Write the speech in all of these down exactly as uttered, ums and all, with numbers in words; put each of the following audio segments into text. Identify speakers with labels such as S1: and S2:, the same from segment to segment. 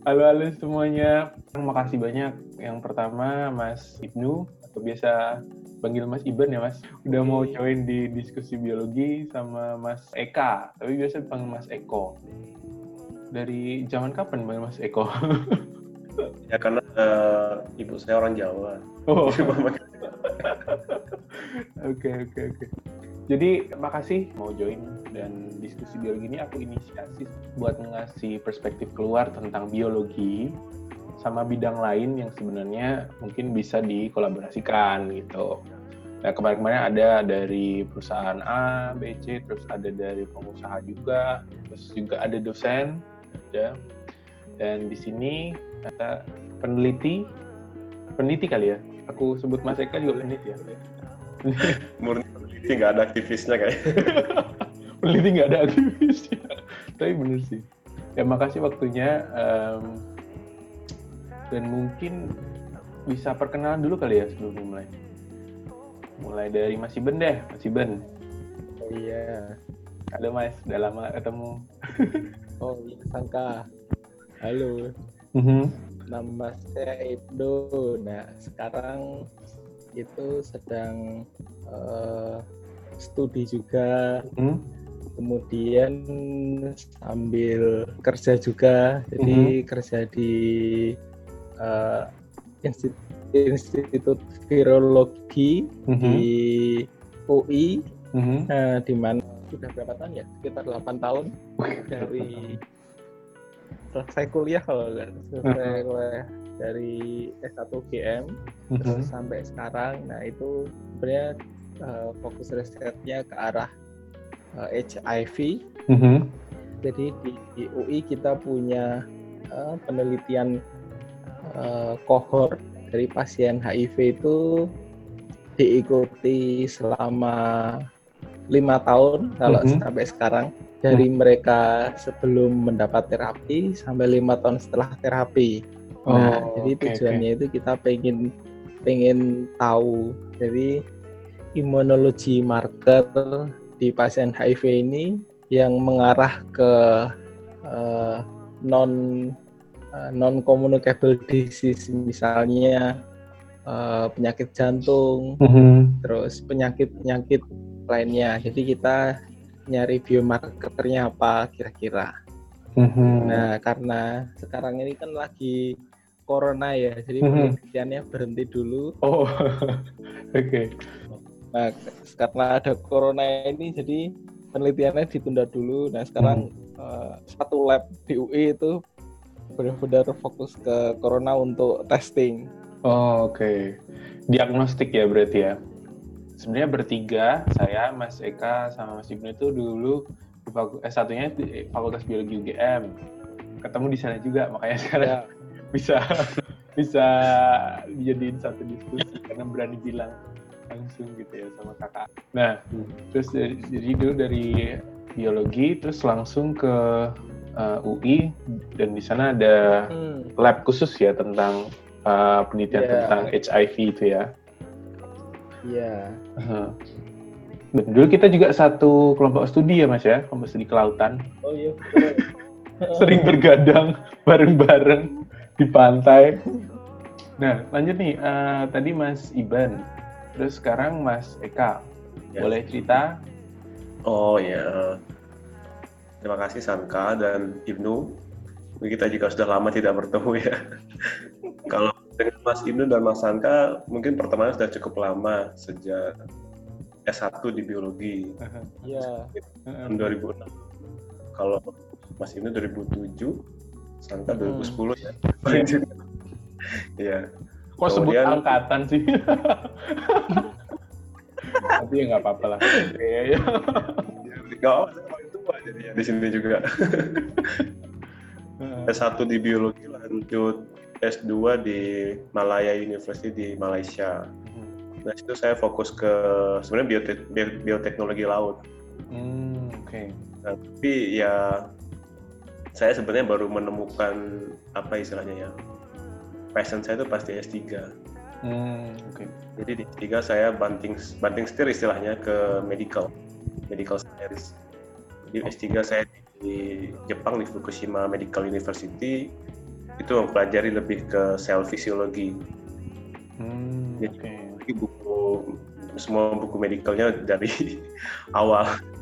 S1: Halo-halo semuanya. Terima kasih banyak. Yang pertama Mas Ibnu, atau biasa panggil Mas Iban ya Mas. Udah mau join di diskusi biologi sama Mas Eka, tapi biasa panggil Mas Eko. Dari zaman kapan panggil Mas Eko?
S2: Ya karena uh, ibu saya orang Jawa.
S1: Oh. Oke, oke, oke. Jadi makasih mau join, dan diskusi biologi ini aku inisiasi buat ngasih perspektif keluar tentang biologi sama bidang lain yang sebenarnya mungkin bisa dikolaborasikan gitu. Nah, kemarin-kemarin ada dari perusahaan A, B, C, terus ada dari pengusaha juga, terus juga ada dosen, ada. Dan di sini ada peneliti, peneliti kali ya. Aku sebut Mas Eka juga peneliti ya.
S2: Murni peneliti, nggak ada aktivisnya kayak.
S1: Peneliti nggak ada aktivisnya. Tapi bener sih. Ya makasih waktunya. Um, dan mungkin bisa perkenalan dulu kali ya sebelum mulai. Mulai dari Mas Iben deh, Mas Iben.
S3: Oh iya.
S1: Halo Mas, udah lama ketemu.
S3: Oh iya, Sangka. Halo.
S1: Mm-hmm.
S3: Nama saya Ibnu. Nah, sekarang itu sedang uh, studi juga. Mm-hmm. Kemudian sambil kerja juga. Jadi mm-hmm. kerja di uh, Institut, Institut Virologi mm-hmm. di U I. Mm-hmm. Nah, di mana sudah berapa tahun ya? Sekitar delapan tahun dari selesai kuliah kalau nggak selesai kuliah dari S satu G M uh-huh. terus sampai sekarang. Nah itu sebenarnya uh, fokus risetnya ke arah uh, H I V. Uh-huh. Jadi di, di U I kita punya uh, penelitian uh, kohort dari pasien H I V itu diikuti selama lima tahun kalau uh-huh. sampai sekarang. Dari mereka sebelum mendapat terapi sampai lima tahun setelah terapi. Oh, nah, jadi okay, tujuannya okay. itu kita pengen pengen tahu jadi imunologi marker di pasien H I V ini yang mengarah ke uh, non uh, non communicable disease, misalnya uh, penyakit jantung, mm-hmm. terus penyakit-penyakit lainnya. Jadi kita nyari biomarkernya apa kira-kira. Mm-hmm. Nah, karena sekarang ini kan lagi corona ya, jadi mm-hmm. penelitiannya berhenti dulu.
S1: Oh, oke. Okay.
S3: Nah, karena ada corona ini, jadi penelitiannya ditunda dulu. Nah, sekarang mm-hmm. uh, satu lab di U I itu benar-benar fokus ke corona untuk testing.
S1: Oh, oke. Okay. Diagnostik ya berarti ya? Sebenarnya bertiga, saya, Mas Eka, sama Mas Ibnu itu dulu S satunya di Fakultas Biologi U G M. Ketemu di sana juga, makanya sekarang ya. bisa bisa dijadiin satu diskusi karena berani bilang langsung gitu ya sama kakak. Nah, hmm. terus dari, jadi dulu dari biologi terus langsung ke uh, U I, dan di sana ada hmm. lab khusus ya tentang uh, penelitian yeah. tentang H I V itu ya.
S3: Iya.
S1: Uh-huh. Dulu kita juga satu kelompok studi ya Mas ya, kelompok studi kelautan.
S3: Oh iya.
S1: Sering bergadang bareng-bareng di pantai. Nah lanjut nih, uh, tadi Mas Iban, terus sekarang Mas Eka, ya. Boleh cerita?
S2: Oh ya, terima kasih Sanka dan Ibnu. Kita juga sudah lama tidak bertemu ya. Kalau dengan Mas Ibnu dan Mas Sanka mungkin pertemanan sudah cukup lama, sejak S satu di biologi.
S3: Iya.
S2: Tahun dua ribu enam. Kalau Mas Ibnu dua ribu tujuh, Sanka dua ribu sepuluh ya. Iya.
S1: Kok sebut angkatan sih? Tapi ya nggak apa-apa lah. Iya.
S2: Nggak apa-apa, saya paling tua jadi di sini juga. S satu di biologi, lanjut S dua di Malaya University di Malaysia. Nah situ saya fokus ke sebenarnya biote- bioteknologi laut.
S1: Hmm, oke. Okay.
S2: Nah, tapi ya saya sebenarnya baru menemukan apa istilahnya ya, passion saya itu pas di S tiga.
S1: Hmm, oke. Okay.
S2: Jadi di S tiga saya banting banting setir istilahnya ke medical, medical science. Di S tiga saya di Jepang di Fukushima Medical University. itu mempelajari lebih ke sel fisiologi.
S1: Hmm,
S2: Jadi
S1: okay.
S2: buku semua buku medikalnya dari awal.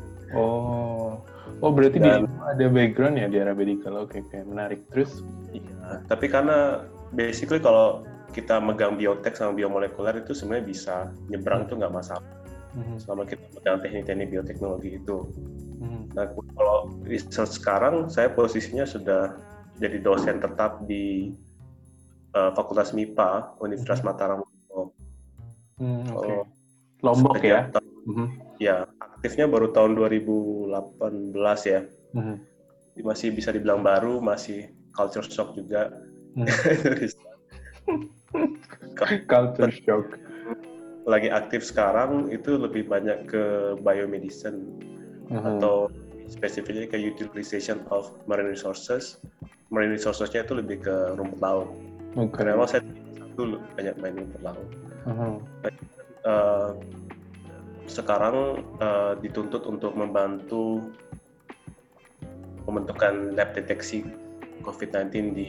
S1: Oh, oh berarti
S2: Dan,
S1: dia ada background ya di area medical. Oke, okay, oke, okay. Menarik. Terus?
S2: Ya, tapi karena basically kalau kita megang biotek sama biomolekuler itu sebenarnya bisa nyebrang itu nggak masalah. Mm-hmm. Selama kita megang teknik-teknik bioteknologi itu. Mm-hmm. Nah, kalau research sekarang saya posisinya sudah jadi dosen tetap di uh, Fakultas M I P A Universitas mm-hmm. Mataram.
S1: Mm, oke. Okay. Lombok ya?
S2: Ta- mm-hmm. Ya, aktifnya baru tahun dua ribu delapan belas ya. Mm-hmm. Masih bisa dibilang baru, masih culture shock juga. Mm-hmm.
S1: Culture shock.
S2: Lagi aktif sekarang itu lebih banyak ke biomedicine mm-hmm. atau spesifiknya ke utilization of marine resources. Marine resources-nya itu lebih ke rumput laut. Okay. Karena memang saya dulu banyak main rumput laut. Uh-huh. Uh, sekarang uh, dituntut untuk membantu pembentukan lab deteksi covid sembilan belas di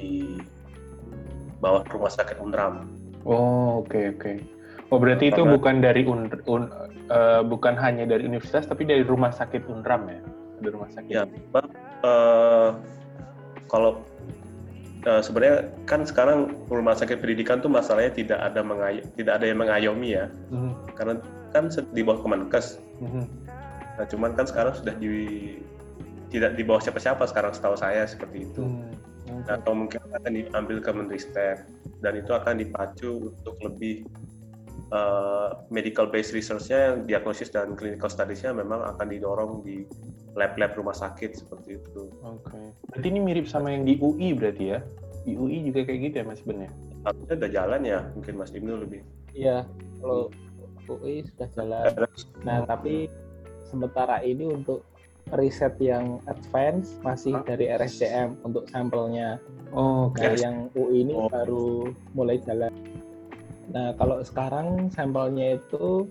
S2: bawah rumah sakit Unram.
S1: Oh, oke okay, oke. Okay. Oh, berarti Karena, itu bukan dari un, un, uh, bukan hanya dari universitas tapi dari rumah sakit Unram ya? Dari rumah sakit.
S2: Ya, uh, kalau uh, sebenarnya kan sekarang rumah sakit pendidikan tuh masalahnya tidak ada mengay- tidak ada yang mengayomi ya. Mm-hmm. Karena kan di bawah Kemenkes. Mm-hmm. Nah, cuman kan sekarang sudah di tidak di bawah siapa-siapa sekarang setahu saya seperti itu. Mm-hmm. Okay. Atau mungkin akan diambil ke Menristek dan itu akan dipacu untuk lebih uh, medical based research-nya yang diagnosis dan clinical studies-nya memang akan didorong di lab-lab rumah sakit seperti itu.
S1: Oke. Okay. Berarti ini mirip sama yang di U I berarti ya? Di U I juga kayak gitu ya Mas Ben ya?
S2: Harusnya udah jalan ya, mungkin Mas Ibnu lebih.
S3: Iya, kalau U I sudah jalan. Nah, tapi sementara ini untuk riset yang advance masih huh? dari R S C M untuk sampelnya. Oh, okay. Nah, yang U I ini oh. baru mulai jalan. Nah, kalau sekarang sampelnya itu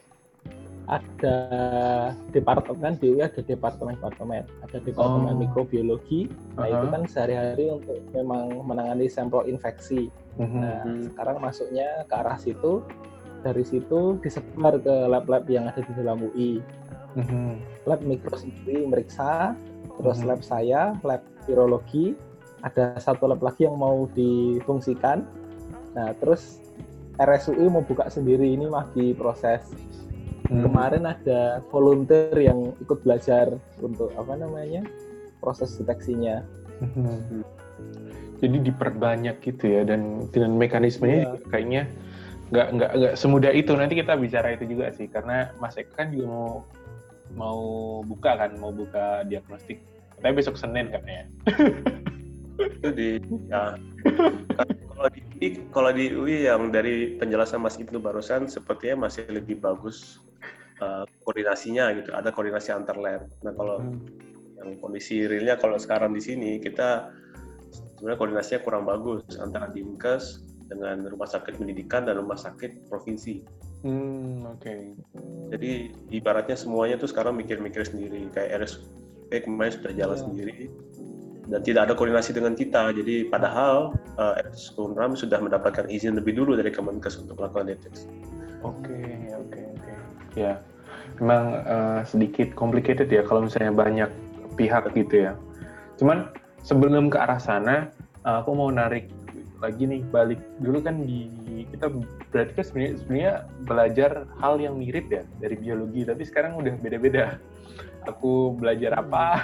S3: ada departemen, di U I ada departemen-departemen, ada departemen oh. mikrobiologi. Nah, uh-huh. itu kan sehari-hari untuk memang menangani sampel infeksi. Uh-huh. Nah, sekarang masuknya ke arah situ. Dari situ disebar ke lab-lab yang ada di dalam U I. Uh-huh. Lab mikro sendiri meriksa, terus uh-huh. lab saya, lab virologi, ada satu lab lagi yang mau difungsikan. Nah, terus R S U I mau buka sendiri, ini masih proses. Uh-huh. Kemarin ada volunteer yang ikut belajar untuk apa namanya proses deteksinya.
S1: Uh-huh. Jadi diperbanyak gitu ya, dan dengan mekanismenya yeah. kayaknya nggak nggak nggak semudah itu. Nanti kita bicara itu juga sih, karena Mas Eka kan juga mau mau buka kan, mau buka diagnostik. Tapi besok Senin katanya.
S2: Itu di ya. Kalau di kalau di U I yang dari penjelasan Mas Ibnu barusan sepertinya masih lebih bagus uh, koordinasinya gitu. Ada koordinasi antar lab. Nah kalau hmm. yang kondisi realnya kalau sekarang di sini kita sebenarnya koordinasinya kurang bagus antara Dinkes dengan rumah sakit pendidikan dan rumah sakit provinsi.
S1: Hmm, oke. Okay.
S2: Jadi ibaratnya semuanya tuh sekarang mikir-mikir sendiri. Kayak R S U P kemarin sudah jalan yeah. sendiri dan tidak ada koordinasi dengan kita. Jadi padahal uh, R S U Unram sudah mendapatkan izin lebih dulu dari Kemenkes untuk melakukan deteksi.
S1: Oke, okay, oke, okay, oke. Okay. Ya, memang uh, sedikit complicated ya kalau misalnya banyak pihak gitu ya. Cuman sebelum ke arah sana, uh, aku mau narik lagi nih, balik dulu kan di kita berarti kan sebenarnya sebenarnya belajar hal yang mirip ya dari biologi, tapi sekarang udah beda-beda. Aku belajar apa,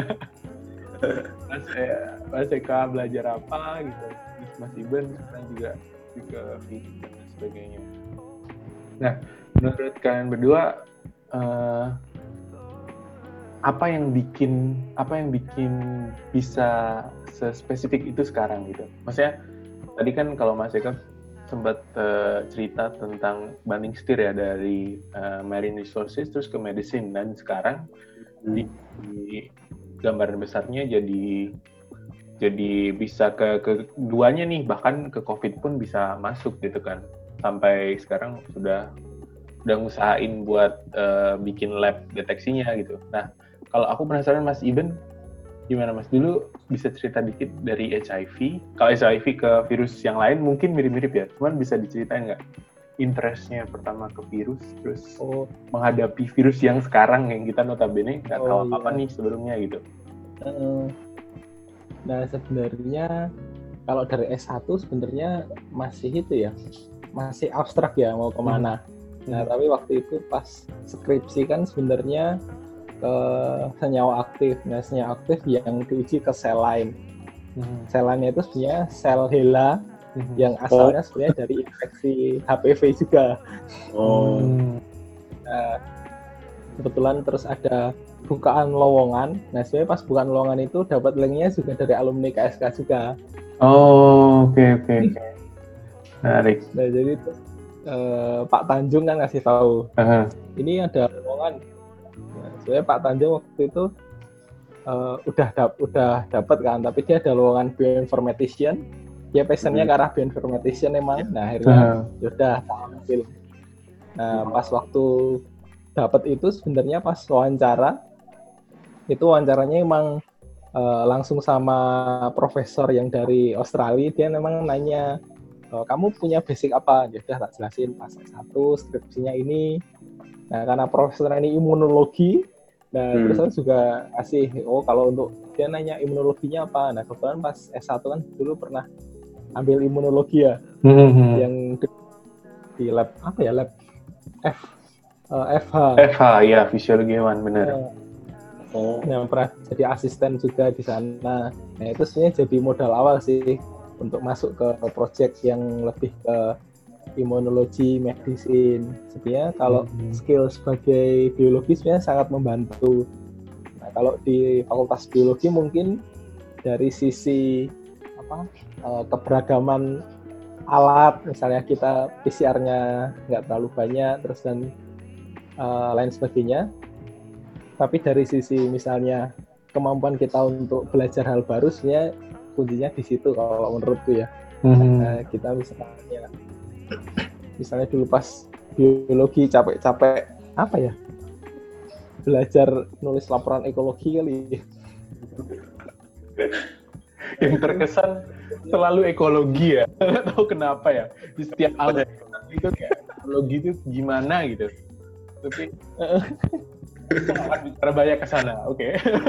S1: Mas, eh, Mas Eka belajar apa gitu, terus Mas Iben sekarang juga juga fisik dan sebagainya. Nah, menurut kalian berdua uh, apa yang bikin apa yang bikin bisa sespesifik itu sekarang gitu? Maksudnya tadi kan kalau Mas Eka sempat uh, cerita tentang banding setir ya dari uh, marine resources terus ke medicine, dan sekarang hmm. di, di gambaran besarnya jadi jadi bisa ke keduanya nih, bahkan ke COVID pun bisa masuk gitu kan, sampai sekarang sudah udah ngusahain buat uh, bikin lab deteksinya gitu. Nah, kalau aku penasaran Mas Iben, Gimana Mas? Dulu bisa cerita dikit dari H I V. Kalau H I V ke virus yang lain mungkin mirip-mirip ya. Cuman bisa diceritain nggak interestnya pertama ke virus, terus
S3: Oh,
S1: menghadapi virus yang sekarang yang kita notabene nggak
S3: Oh,
S1: tahu
S3: iya.
S1: apa-apa nih sebelumnya gitu.
S3: eh, nah sebenarnya kalau dari S satu sebenarnya masih itu ya, masih abstrak ya mau kemana. Nah
S1: Hmm.
S3: tapi waktu itu pas skripsi kan sebenarnya ke senyawa aktif. Nah senyawa aktif yang diuji ke sel lain.
S1: Hmm.
S3: Sel lainnya itu sebenarnya sel HeLa
S1: Hmm.
S3: yang asalnya sebenarnya dari infeksi H P V juga.
S2: Oh,
S1: Hmm.
S3: Nah, kebetulan terus ada bukaan lowongan. Nah sebenarnya pas bukaan lowongan itu dapat linknya juga dari alumni K S K juga.
S1: Oh, oke oke oke. Menarik.
S3: Nah jadi itu eh, Pak Tanjung kan ngasih tahu
S1: Aha.
S3: ini ada lowongan. Nah, sebenarnya Pak Tanjung waktu itu eh, udah dap- udah dapat kan, tapi dia ada lowongan bioinformatician. Dia passionnya
S2: Hmm.
S3: ke arah bioinformatician emang. Nah akhirnya
S1: Aha.
S3: yaudah tak ambil. Nah pas waktu dapat itu sebenarnya pas wawancara itu wawancaranya emang eh, langsung sama profesor yang dari Australia. Dia memang nanya e, kamu punya basic apa? Ya udah tak jelasin pas satu skripsinya ini. Nah karena profesor ini imunologi, nah
S2: Hmm.
S3: terus saya juga kasih oh kalau untuk dia nanya imunologinya apa. Nah kebetulan pas S satu kan dulu pernah ambil imunologi ya,
S1: Hmm.
S3: yang di, di lab apa ya lab F eh, F H.
S1: F H ya, fisiologi hewan benar.
S3: Eh,
S2: Oh,
S3: yang pernah jadi asisten juga di sana. Nah itu sebenarnya jadi modal awal sih untuk masuk ke project yang lebih ke imunologi medicine. Sebenarnya kalau
S1: Hmm.
S3: skill sebagai biologi sebenarnya sangat membantu. Nah kalau di fakultas biologi mungkin dari sisi apa eh, keberagaman alat, misalnya kita P C R-nya nggak terlalu banyak, terus dan eh, lain sebagainya. Tapi dari sisi misalnya kemampuan kita untuk belajar hal baru sebenarnya kuncinya di situ kalau menurutku ya.
S1: Hmm.
S3: Nah, kita misalnya misalnya dulu pas biologi capek-capek apa ya belajar nulis laporan ekologi kali.
S1: Yang terkesan selalu ekologi ya, nggak tahu kenapa ya, di setiap alat itu kayak ekologi itu gimana gitu, tapi kita nggak akan bicara banyak ke sana. Oke.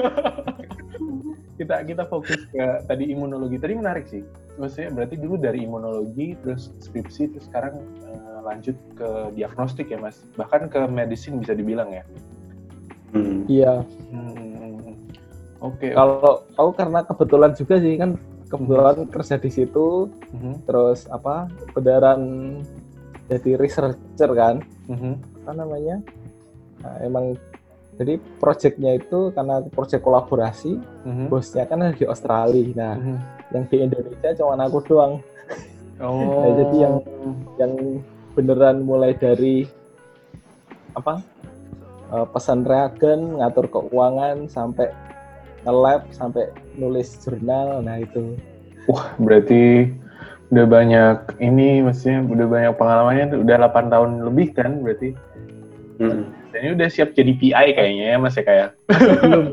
S1: kita kita fokus ke tadi imunologi. Tadi menarik sih, maksudnya berarti dulu dari imunologi terus skripsi terus sekarang uh, lanjut ke diagnostik ya Mas, bahkan ke medicine bisa dibilang ya.
S2: hmm.
S3: Iya.
S1: Hmm. Oke.
S3: Kalau aku karena kebetulan juga sih kan kebetulan kerja di situ,
S1: Mhm.
S3: terus apa beneran jadi researcher kan,
S1: Mhm.
S3: apa namanya? Nah, emang jadi proyeknya itu karena proyek kolaborasi,
S1: Mhm.
S3: bosnya kan ada di Australia. Nah,
S1: Mhm.
S3: yang di Indonesia cuma aku doang.
S1: Oh.
S3: Nah, jadi yang yang beneran mulai dari apa? eh, pesan reagen, ngatur keuangan sampai nge-lab sampai nulis jurnal. Nah, itu.
S1: Wah, berarti udah banyak ini, maksudnya udah banyak pengalamannya, udah delapan tahun lebih kan berarti.
S2: Hmm.
S1: Dan ini udah siap jadi P I kayaknya ya Mas ya kayak.
S3: Belum.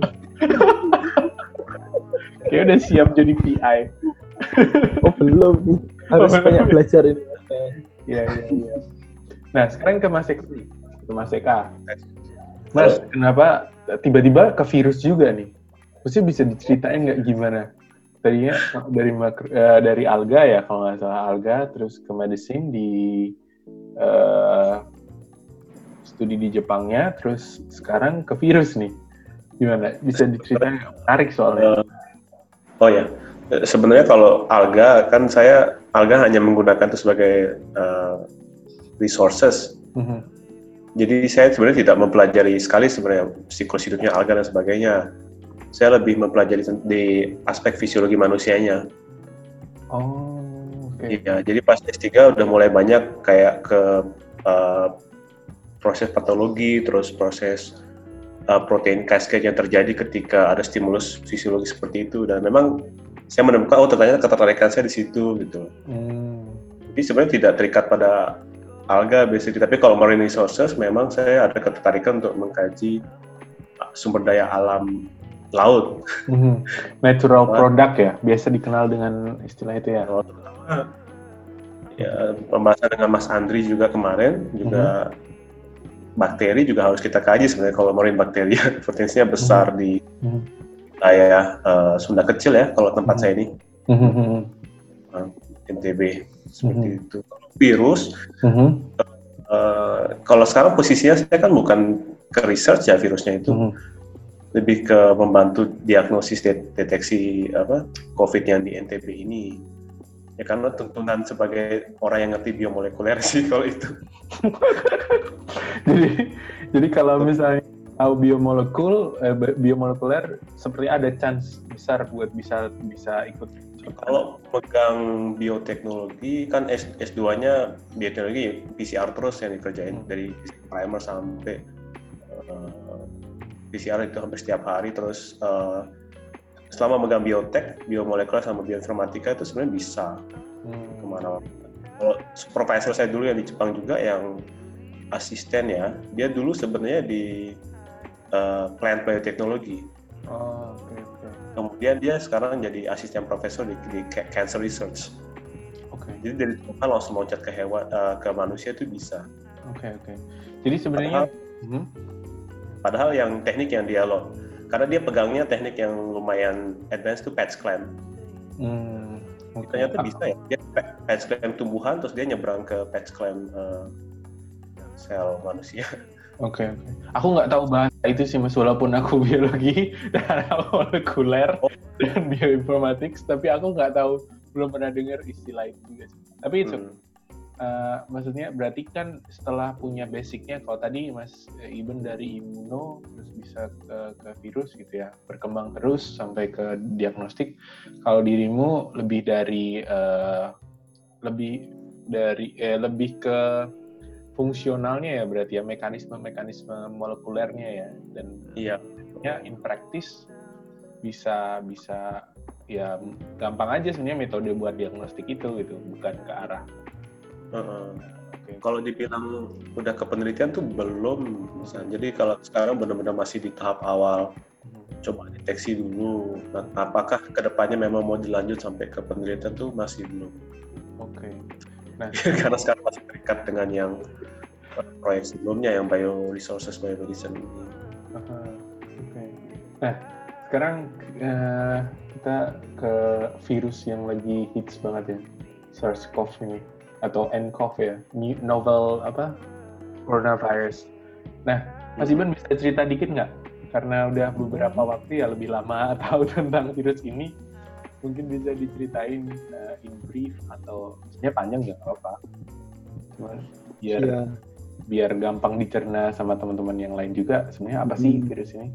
S1: Kayak udah siap jadi P I.
S3: Oh, belum. Harus
S1: Oh,
S3: banyak
S1: belum.
S3: belajar ini.
S1: Iya, iya, iya. Nah, sekarang ke Mas Eka. Ke Mas Eka. Mas, kenapa tiba-tiba ke virus juga nih? Maksudnya bisa diceritain nggak gimana? Tadinya dari makro, uh, dari alga ya, kalau nggak salah alga, terus ke medicine di uh, studi di Jepangnya, terus sekarang ke virus nih. Gimana? Bisa diceritain? Menarik soalnya.
S2: Oh ya, sebenarnya kalau alga kan saya alga hanya menggunakan itu sebagai uh, resources. Mm-hmm. Jadi saya sebenarnya tidak mempelajari sekali sebenarnya siklus hidupnya alga dan sebagainya. Saya lebih mempelajari di aspek fisiologi manusianya.
S1: Oh, oke. Okay.
S2: Iya, jadi pas S tiga udah mulai banyak kayak ke uh, proses patologi, terus proses uh, protein cascade yang terjadi ketika ada stimulus fisiologi seperti itu. Dan memang saya menemukan, oh ternyata ketertarikan saya di situ gitu. Hmm. Jadi sebenarnya tidak terikat pada alga basically, tapi kalau marine resources memang saya ada ketertarikan untuk mengkaji sumber daya alam laut.
S1: Mm-hmm. Natural product ya, biasa dikenal dengan istilah itu ya.
S2: Ya, pembahasan dengan Mas Andri juga kemarin juga mm-hmm. bakteri juga harus kita kaji sebenarnya kalau marine bakteri potensinya besar mm-hmm. di wilayah uh, Sunda Kecil ya kalau tempat mm-hmm. saya ini mm-hmm. uh, N T B seperti mm-hmm. itu. Virus mm-hmm. uh, kalau sekarang posisinya saya kan bukan ke research ya virusnya itu mm-hmm. lebih ke membantu diagnosis deteksi apa COVID yang di N T B ini. Ya karena tuntunan sebagai orang yang ngerti biomolekuler sih kalau itu. jadi jadi kalau misalnya tahu biomolekul eh, biomolekuler seperti ada chance besar buat bisa bisa ikut. Kalau pegang bioteknologi kan S, S2-nya bioteknologi P C R terus yang dikerjain hmm. dari primer sampai uh, P C R itu hampir setiap hari terus uh, selama megang biotek, biomolekuler sama bioinformatika itu sebenarnya bisa hmm. kemana-mana. Kalau profesor saya dulu yang di Jepang juga yang asisten ya, dia dulu sebenarnya di uh, plant bioteknologi.
S1: Oh, okay, okay.
S2: Kemudian dia sekarang jadi asisten profesor di, di cancer research.
S1: Oke. Okay.
S2: Jadi dari Jepang langsung loncat ke hewan, uh, ke manusia itu bisa.
S1: Oke okay, oke. Okay. Jadi sebenarnya.
S2: Padahal, hmm? padahal yang teknik yang dia lo karena dia pegangnya teknik yang lumayan advance itu patch clamp.
S1: Hmm, okay.
S2: Ternyata bisa ya, dia patch clamp tumbuhan terus dia nyebrang ke patch clamp uh, sel manusia.
S1: Oke, okay, oke. Okay. Aku nggak tahu bahasa itu sih mas, walaupun aku biologi dan molekuler oh. dan bioinformatics, tapi aku nggak tahu, belum pernah dengar istilah itu juga sih. Tapi itu, hmm. uh, maksudnya berarti kan setelah punya basicnya, kalau tadi mas Iben dari imuno terus bisa ke, ke virus gitu ya, berkembang terus sampai ke diagnostik. Kalau dirimu lebih dari uh, lebih dari eh, lebih ke fungsionalnya ya berarti ya, mekanisme-mekanisme molekulernya ya, dan
S2: iya
S1: ya in practice bisa bisa ya gampang aja sebenarnya metode buat diagnostik itu gitu, bukan ke arah.
S2: Uh-uh. Okay. Kalau dibilang udah ke penelitian tuh belum, misalnya. Jadi kalau sekarang benar-benar masih di tahap awal, hmm. coba deteksi dulu. Nah, apakah kedepannya memang mau dilanjut sampai ke penelitian tuh masih belum.
S1: Oke. Okay. Nah,
S2: karena sekarang masih terikat dengan yang proyek sebelumnya yang bioresources biomedicine ini.
S1: Uh-huh. Oke. Okay. Nah, sekarang uh, kita ke virus yang lagi hits banget ya, SARS-CoV ini atau N C O V ya, novel apa coronavirus. Nah, Mas Iben bisa cerita dikit nggak? Karena udah beberapa waktu ya lebih lama tahu tentang virus ini. Mungkin bisa diceritain uh, in brief atau sebenarnya panjang ya nggak apa-apa. Cuman biar yeah. biar gampang dicerna sama teman-teman yang lain juga. Sebenarnya apa sih hmm. virus ini?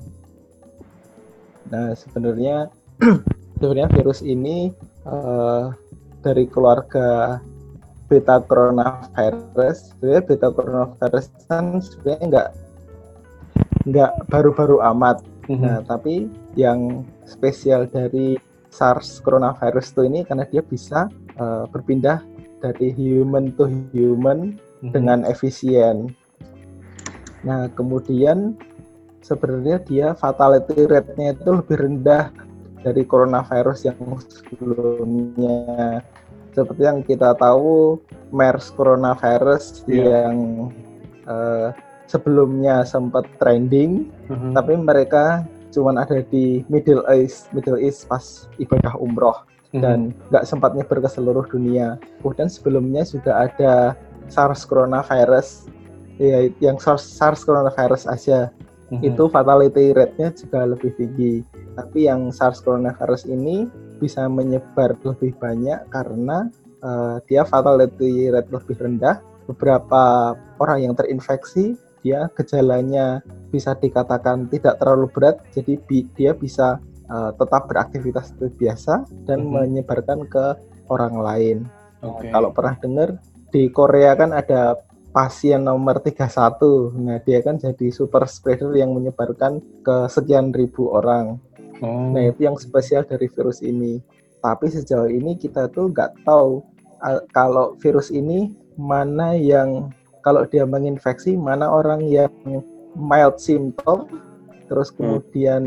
S3: Nah sebenarnya sebenarnya virus ini uh, dari keluarga beta coronavirus. Sebenarnya beta coronavirus kan sebenarnya nggak nggak baru-baru amat. Mm-hmm. Nah tapi yang spesial dari SARS coronavirus itu ini karena dia bisa uh, berpindah dari human to human mm-hmm. dengan efisien. Nah, kemudian sebenarnya dia fatality rate-nya itu lebih rendah dari coronavirus yang sebelumnya. Seperti yang kita tahu, MERS coronavirus yeah. yang uh, sebelumnya sempat trending, mm-hmm. tapi mereka cuman ada di Middle East, Middle East pas ibadah umroh mm-hmm. dan nggak sempat nyebar ke seluruh dunia. Kemudian sebelumnya juga ada SARS coronavirus, ya yang SARS, SARS coronavirus Asia, mm-hmm. itu fatality rate-nya juga lebih tinggi. Tapi yang SARS coronavirus ini bisa menyebar lebih banyak karena uh, dia fatality rate lebih rendah. Beberapa orang yang terinfeksi dia gejalanya bisa dikatakan tidak terlalu berat, jadi bi- dia bisa uh, tetap beraktivitas seperti biasa dan mm-hmm. menyebarkan ke orang lain. Okay. Nah, kalau pernah dengar di Korea kan ada pasien nomor tiga puluh satu, nah dia kan jadi super spreader yang menyebarkan ke sekian ribu orang. Oh. Nah itu yang spesial dari virus ini. Tapi sejauh ini kita tuh nggak tahu uh, kalau virus ini mana yang kalau dia menginfeksi, mana orang yang mild symptom, terus kemudian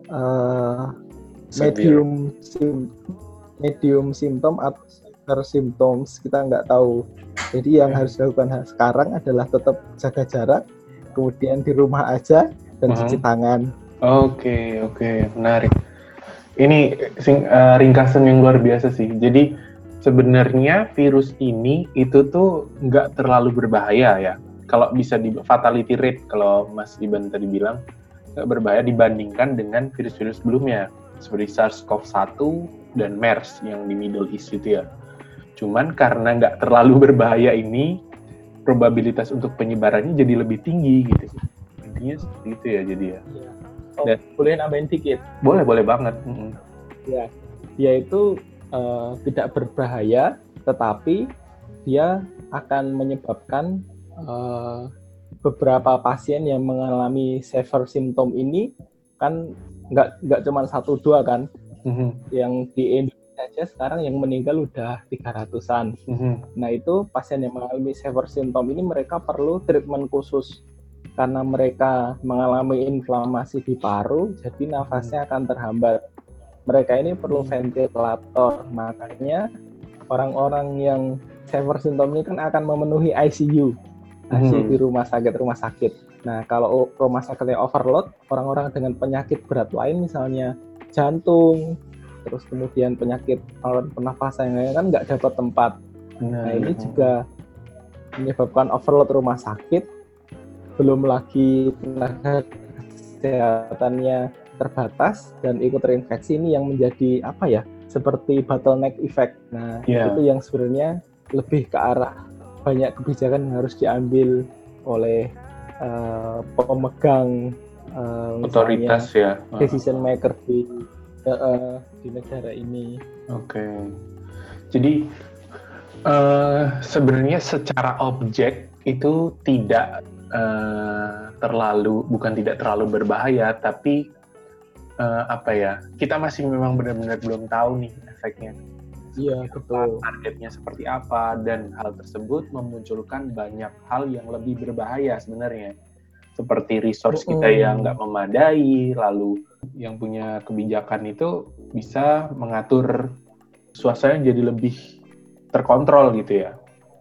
S3: uh,
S2: Severe.
S3: medium sim, medium symptom atau severe symptoms, kita nggak tahu. Jadi yang harus dilakukan sekarang adalah tetap jaga jarak, kemudian di rumah aja dan
S1: Uh-huh.
S3: cuci tangan.
S1: Oke, oke, menarik. Ini sing, uh, ringkasan yang luar biasa sih. Jadi sebenarnya virus ini itu tuh nggak terlalu berbahaya ya. Kalau bisa di fatality rate, kalau Mas Iban tadi bilang, nggak berbahaya dibandingkan dengan virus-virus sebelumnya. Seperti SARS-CoV satu dan MERS yang di Middle East itu ya. Cuman karena nggak terlalu berbahaya ini, probabilitas untuk penyebarannya jadi lebih tinggi gitu. Intinya seperti itu ya jadi ya.
S3: Oh,
S1: Dan-
S3: boleh nambahin dikit?
S1: Boleh, boleh banget. Mm-mm.
S3: Ya, dia itu uh, tidak berbahaya, tetapi dia akan menyebabkan uh, beberapa pasien yang mengalami severe symptom ini kan nggak nggak cuma satu dua kan,
S1: Mhm.
S3: yang di Indonesia aja sekarang yang meninggal udah tiga ratusan.
S1: Mhm.
S3: Nah itu pasien yang mengalami severe symptom ini mereka perlu treatment khusus karena mereka mengalami inflamasi di paru, jadi nafasnya akan terhambat. Mereka ini perlu ventilator, makanya orang-orang yang severe symptom ini kan akan memenuhi I C U, I C U
S1: Hmm.
S3: di rumah sakit rumah sakit. Nah kalau rumah sakitnya overload, orang-orang dengan penyakit berat lain misalnya jantung, terus kemudian penyakit saluran pernafasan yang lain kan nggak dapat tempat. Nah ini juga menyebabkan overload rumah sakit. Belum lagi tenaga kesehatannya terbatas dan ikut terinfeksi, ini yang menjadi apa ya, seperti bottleneck effect. Nah
S1: Yeah.
S3: itu yang sebenarnya lebih ke arah banyak kebijakan yang harus diambil oleh uh, pemegang uh,
S1: Otoritas ya.
S3: decision maker di uh, di negara ini.
S1: Oke. Okay. Jadi uh, sebenarnya secara objek itu tidak Uh, terlalu bukan tidak terlalu berbahaya, tapi uh, apa ya, kita masih memang benar-benar belum tahu nih efeknya.
S3: Iya betul.
S1: Targetnya seperti apa, dan hal tersebut memunculkan banyak hal yang lebih berbahaya sebenarnya, seperti resource kita yang nggak memadai, lalu yang punya kebijakan itu bisa mengatur suasana jadi lebih terkontrol gitu ya.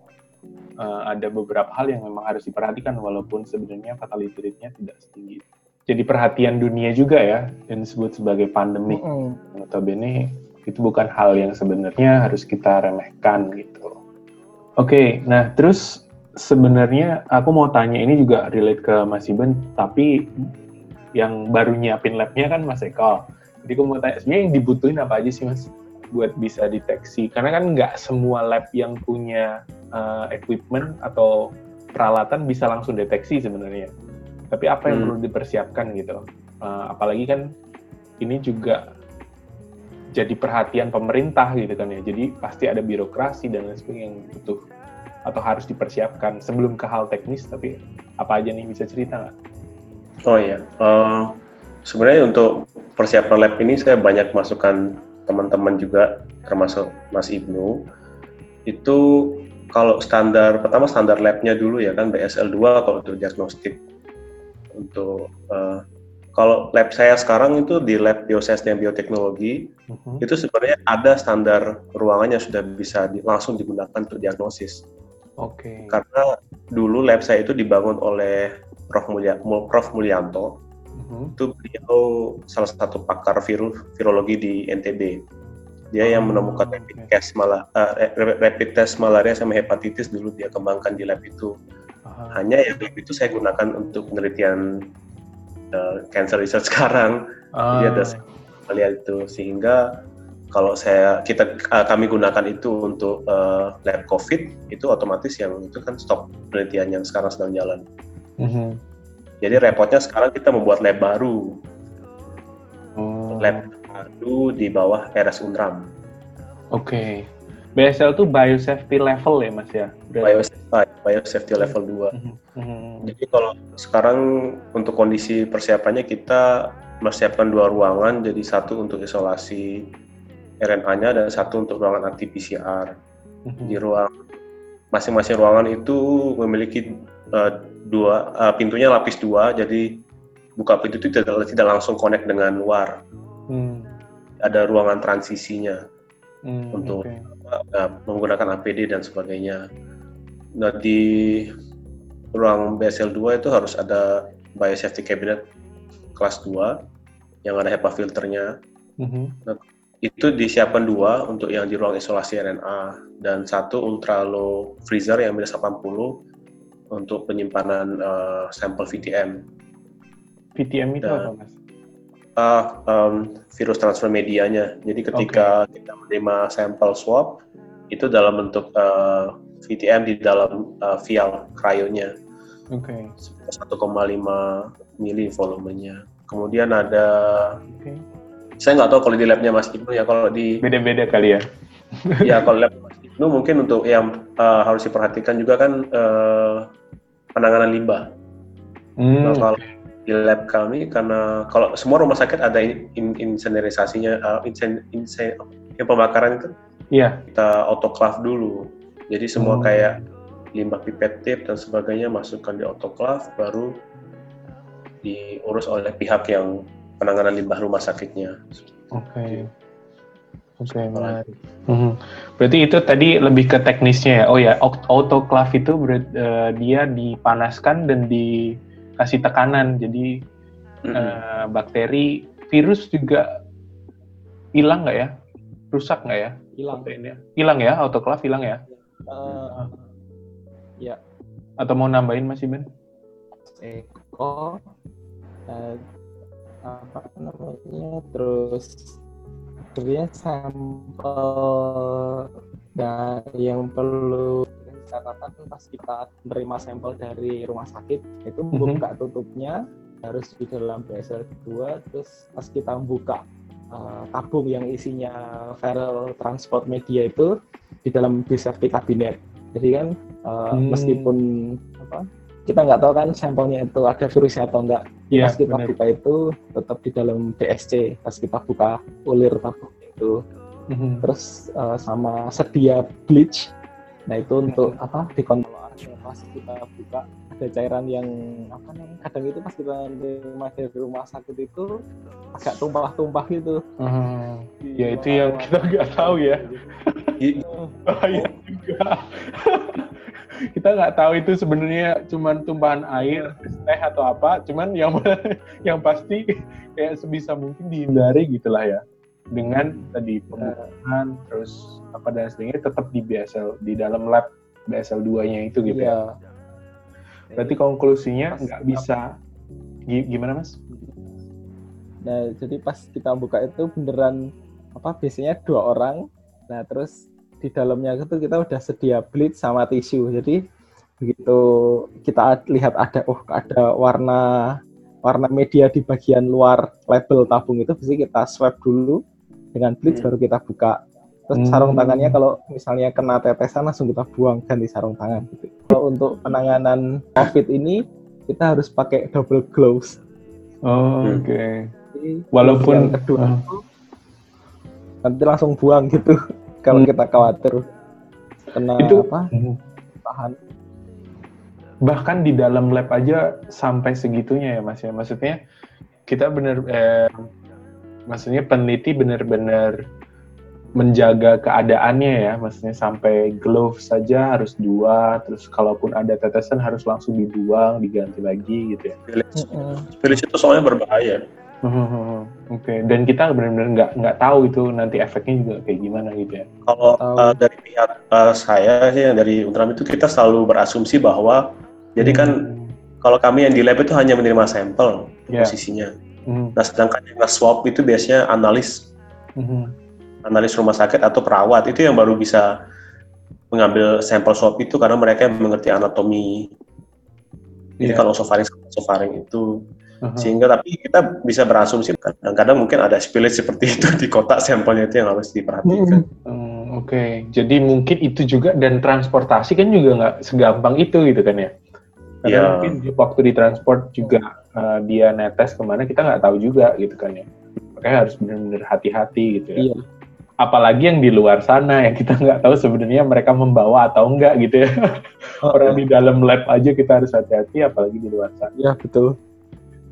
S1: Uh, ada beberapa hal yang memang harus diperhatikan walaupun sebenarnya fatality rate-nya tidak setinggi. Jadi perhatian dunia juga ya, yang disebut sebagai pandemi.
S3: Mm-hmm.
S1: Notabene itu bukan hal yang sebenarnya harus kita remehkan gitu. Oke, okay, nah terus sebenarnya aku mau tanya, ini juga relate ke Mas Iban, tapi yang baru nyiapin lab-nya kan Mas Eko. Jadi aku mau tanya, sebenarnya yang dibutuhin apa aja sih Mas buat bisa deteksi? Karena kan nggak semua lab yang punya uh, equipment atau peralatan bisa langsung deteksi sebenarnya. Tapi apa yang hmm. perlu dipersiapkan gitu? Uh, apalagi kan ini juga jadi perhatian pemerintah gitu kan ya. Jadi pasti ada birokrasi dan lain sebagainya yang butuh atau harus dipersiapkan sebelum ke hal teknis. Tapi apa aja nih, bisa cerita nggak?
S2: Oh iya, uh, sebenarnya untuk persiapan lab ini saya banyak masukan teman-teman juga, termasuk Mas Ibnu. Itu kalau standar, pertama standar labnya dulu ya kan, B S L dua kalau untuk diagnostik. Untuk uh, kalau lab saya sekarang itu di lab biosains dan bioteknologi, uh-huh. itu sebenarnya ada standar ruangannya sudah bisa di, langsung digunakan untuk diagnosis.
S1: Oke. Okay.
S2: Karena dulu lab saya itu dibangun oleh Prof Mulya, Prof Mulyanto. Uh-huh. Itu beliau salah satu pakar virus virologi di N T B. Dia oh, yang menemukan okay. rapid test malah uh, rapid test malaria sama hepatitis dulu dia kembangkan di lab itu. Uh-huh. Hanya yang lab itu saya gunakan untuk penelitian uh, cancer research sekarang. Uh. Jadi ada lihat itu, sehingga kalau saya kita uh, kami gunakan itu untuk uh, lab COVID, itu otomatis yang itu kan stop penelitian yang sekarang sedang jalan. Uh-huh. Jadi repotnya sekarang kita membuat lab baru, oh. lab baru di bawah R S Unram.
S1: Oke, okay. B S L itu biosafety level ya Mas ya?
S2: Biosafety, biosafety level dua. Uh-huh. Jadi kalau sekarang untuk kondisi persiapannya kita mempersiapkan dua ruangan, jadi satu untuk isolasi R N A-nya dan satu untuk ruangan R T P C R. Uh-huh. Di ruang masing-masing ruangan itu memiliki uh, dua uh, pintunya lapis dua, jadi buka pintu itu tidak, tidak langsung connect dengan luar. Hmm. Ada ruangan transisinya hmm, untuk okay. uh, menggunakan A P D dan sebagainya. Nah di ruang B S L dua itu harus ada biosafety cabinet kelas dua yang ada HEPA filternya. Mm-hmm. Nah, itu disiapkan dua untuk yang di ruang isolasi R N A dan satu ultra low freezer yang minus delapan puluh untuk penyimpanan uh, sampel V T M. V T M itu dan, apa mas? Uh, um, virus transfer medianya. Jadi ketika okay. kita menerima sampel swab itu dalam bentuk uh, V T M di dalam uh, vial cryonya. Oke. Okay. satu koma lima mili volumenya. Kemudian ada, okay. saya nggak tahu kalau di labnya Mas Ibnu ya, kalau di
S1: beda-beda kali ya.
S2: Ya kalau lab Mas Ibnu mungkin untuk yang uh, harus diperhatikan juga kan uh, penanganan limbah. Hmm. Nah, kalau di lab kami karena kalau semua rumah sakit ada in, insinerisasinya, uh, insen, insen, yang pembakaran itu, yeah. kita autoclave dulu. Jadi semua hmm. kayak limbah pipet tip dan sebagainya masukkan di autoclave, baru diurus oleh pihak yang penanganan limbah rumah sakitnya.
S1: Oke. Oke, menarik. Hmm. Berarti itu tadi lebih ke teknisnya ya. Oh ya, autoclave itu ber, uh, dia dipanaskan dan dikasih tekanan. Jadi mm-hmm. uh, bakteri, virus juga hilang nggak ya? Rusak nggak ya?
S3: Hilang.
S1: Hilang ya, autoclave hilang ya?
S3: Uh, ya.
S1: Atau mau nambahin Mas Iben?
S3: Eko, uh, apa namanya, terus kemudian sampel nah, yang perlu catatan pas kita menerima sampel dari rumah sakit itu mm-hmm. buka tutupnya harus di dalam B S L dua, terus pas kita buka uh, tabung yang isinya viral transport media itu di dalam biosafety cabinet. Jadi kan uh, hmm. meskipun apa kita nggak tahu kan sampelnya itu ada virusnya atau enggak. Ya, pas kita bener. buka itu tetap di dalam D S C. Pas kita buka ulir tabung itu. Mm-hmm. Terus uh, sama sedia bleach. Nah itu untuk mm-hmm. apa? Dikontrol pas kita buka ada cairan yang apa namanya? Kadang itu pas kita terima dari rumah sakit itu agak tumpah-tumpah gitu.
S1: Hmm. Ya itu yang kita nggak tahu ya. Bahaya juga. Kita nggak tahu itu sebenarnya cuma tumpahan air, teh atau apa. Cuman yang yang pasti kayak sebisa mungkin dihindari gitulah ya. Dengan tadi pembukaan terus apa dan sebagainya tetap di B S L di dalam lab B S L dua-nya itu gitu iya. ya. Berarti konklusinya nggak bisa gimana Mas?
S3: Nah jadi pas kita buka itu beneran apa biasanya dua orang. Nah terus di dalamnya itu kita udah sedia bleach sama tisu. Jadi begitu kita lihat ada oh ada warna warna media di bagian luar label tabung itu, pasti kita swab dulu dengan bleach hmm. baru kita buka. Terus sarung tangannya kalau misalnya kena tetesan langsung kita buang, ganti sarung tangan gitu. Kalau untuk penanganan COVID ini kita harus pakai double gloves.
S1: Oh, oke. Okay. Walaupun
S3: yang kedua uh. nanti langsung buang gitu. Kalau hmm. kita khawatir kena
S1: itu,
S3: apa? Tahan.
S1: Bahkan di dalam lab aja sampai segitunya ya Mas ya. Maksudnya kita benar eh, maksudnya peneliti benar-benar menjaga keadaannya ya. Maksudnya sampai glove saja harus dua, terus kalaupun ada tetesan harus langsung dibuang, diganti lagi gitu ya.
S2: Virus itu soalnya berbahaya.
S1: Hmm, Oke, okay. Dan kita benar-benar nggak nggak tahu itu nanti efeknya juga kayak gimana gitu ya.
S2: Kalau uh, dari pihak uh, saya sih yang dari Untram itu kita selalu berasumsi bahwa hmm. jadi kan kalau kami yang di lab itu hanya menerima sampel yeah. posisinya. Hmm. Nah sedangkan yang swab itu biasanya analis, hmm. analis rumah sakit atau perawat itu yang baru bisa mengambil sampel swab itu karena mereka yang mengerti anatomi. Jadi yeah. kalau osofaring osofaring itu. Uh-huh. Sehingga tapi kita bisa berasumsi kadang-kadang mungkin ada spillage seperti itu di kotak sampelnya itu yang harus diperhatikan.
S1: Hmm, Oke, okay. Jadi mungkin itu juga dan transportasi kan juga nggak segampang itu gitu kan ya? Karena yeah. mungkin waktu ditransport juga uh, dia netes kemana kita nggak tahu juga gitu kan ya. Makanya harus benar-benar hati-hati gitu ya. Yeah. Apalagi yang di luar sana yang kita nggak tahu sebenarnya mereka membawa atau enggak gitu ya. Oh, Orang yeah. di dalam lab aja kita harus hati-hati, apalagi di luar sana.
S3: Iya yeah, betul.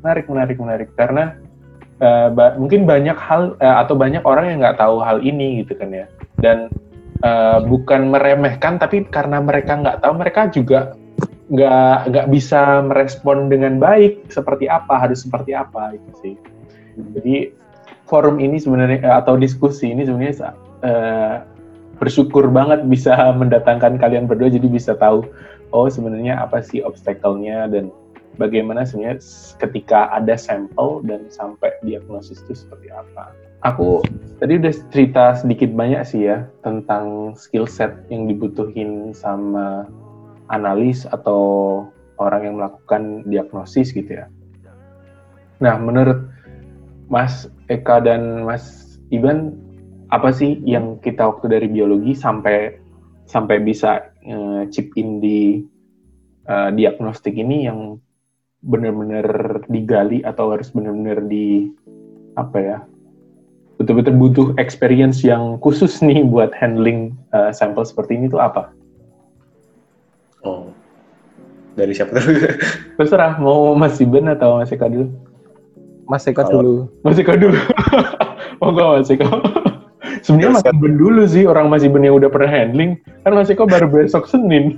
S1: menarik, menarik, menarik. Karena uh, ba- mungkin banyak hal uh, atau banyak orang yang nggak tahu hal ini gitu kan ya. Dan uh, bukan meremehkan, tapi karena mereka nggak tahu, mereka juga nggak nggak bisa merespon dengan baik seperti apa, harus seperti apa itu sih. Jadi forum ini sebenarnya uh, atau diskusi ini sebenarnya uh, bersyukur banget bisa mendatangkan kalian berdua, jadi bisa tahu oh sebenarnya apa sih obstacle-nya dan bagaimana sebenarnya ketika ada sampel dan sampai diagnosis itu seperti apa. Aku tadi udah cerita sedikit banyak sih ya tentang skill set yang dibutuhin sama analis atau orang yang melakukan diagnosis gitu ya. Nah, menurut Mas Eka dan Mas Iban, apa sih yang kita waktu dari biologi sampai sampai bisa uh, chip in di uh, diagnostik ini yang benar-benar digali atau harus benar-benar di apa ya, betul-betul butuh experience yang khusus nih buat handling uh, sampel seperti ini tuh apa?
S2: Oh, dari siapa dulu?
S1: Terserah, mau Mas Iban atau Mas Eka dulu?
S3: Mas Eka
S2: Kalau-
S3: dulu.
S1: Mas Eka dulu. Monggo Mas Eka. Sebenarnya Mas Iban dulu sih, orang Mas Iban yang udah pernah handling. Kan Mas Eko baru besok Senin.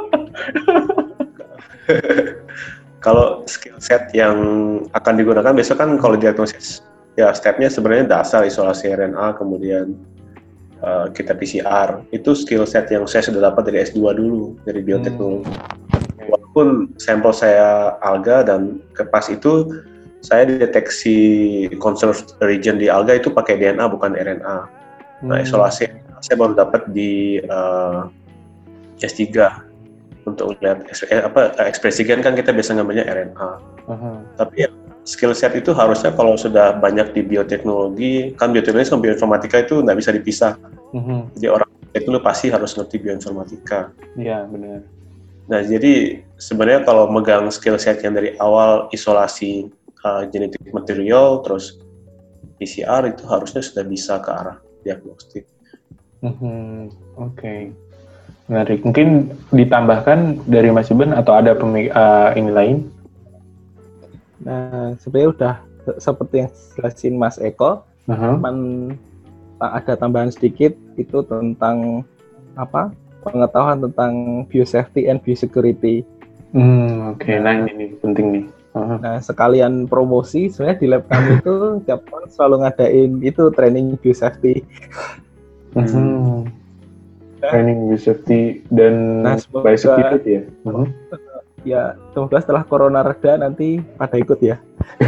S2: Kalau skill set yang akan digunakan besok kan kalau diagnosis, ya stepnya sebenarnya dasar isolasi R N A, kemudian uh, kita P C R. Itu skill set yang saya sudah dapat dari S dua dulu, dari bioteknologi. Hmm. Walaupun sampel saya alga dan ke pas itu saya deteksi conserved region di alga itu pakai D N A bukan R N A. Nah, isolasi saya baru dapat di uh, S tiga untuk lihat eh, apa ekspresi gen kan kita biasa ngambilnya R N A. Uh-huh. Tapi ya, skill set itu harusnya kalau sudah banyak di bioteknologi, kan bioteknologi sama bioinformatika itu nggak bisa dipisah. Uh-huh. Jadi orang itu pasti harus ngerti bioinformatika.
S1: Iya, benar.
S2: Nah, jadi sebenarnya kalau megang skill set yang dari awal isolasi uh, genetik material, terus P C R itu harusnya sudah bisa ke arah diagnostik.
S1: Mm-hmm. Oke, okay. Menarik. Mungkin ditambahkan dari Mas Iban atau ada pemik- uh, ini lain?
S3: Nah, sebenarnya udah seperti yang jelasin Mas Eko,
S1: uh-huh.
S3: cuman ada tambahan sedikit itu tentang apa pengetahuan tentang biosafety and biosecurity.
S1: Hmm, Oke, okay. Nah ini penting nih. Uh-huh.
S3: Nah, sekalian promosi, sebenarnya di lab kami itu tiap tahun selalu ngadain itu training biosafety.
S1: Hmm. Training biosafety dan
S3: nah,
S1: biosecurity ya. Uh-huh.
S3: Ya, semoga setelah corona reda nanti pada ikut ya.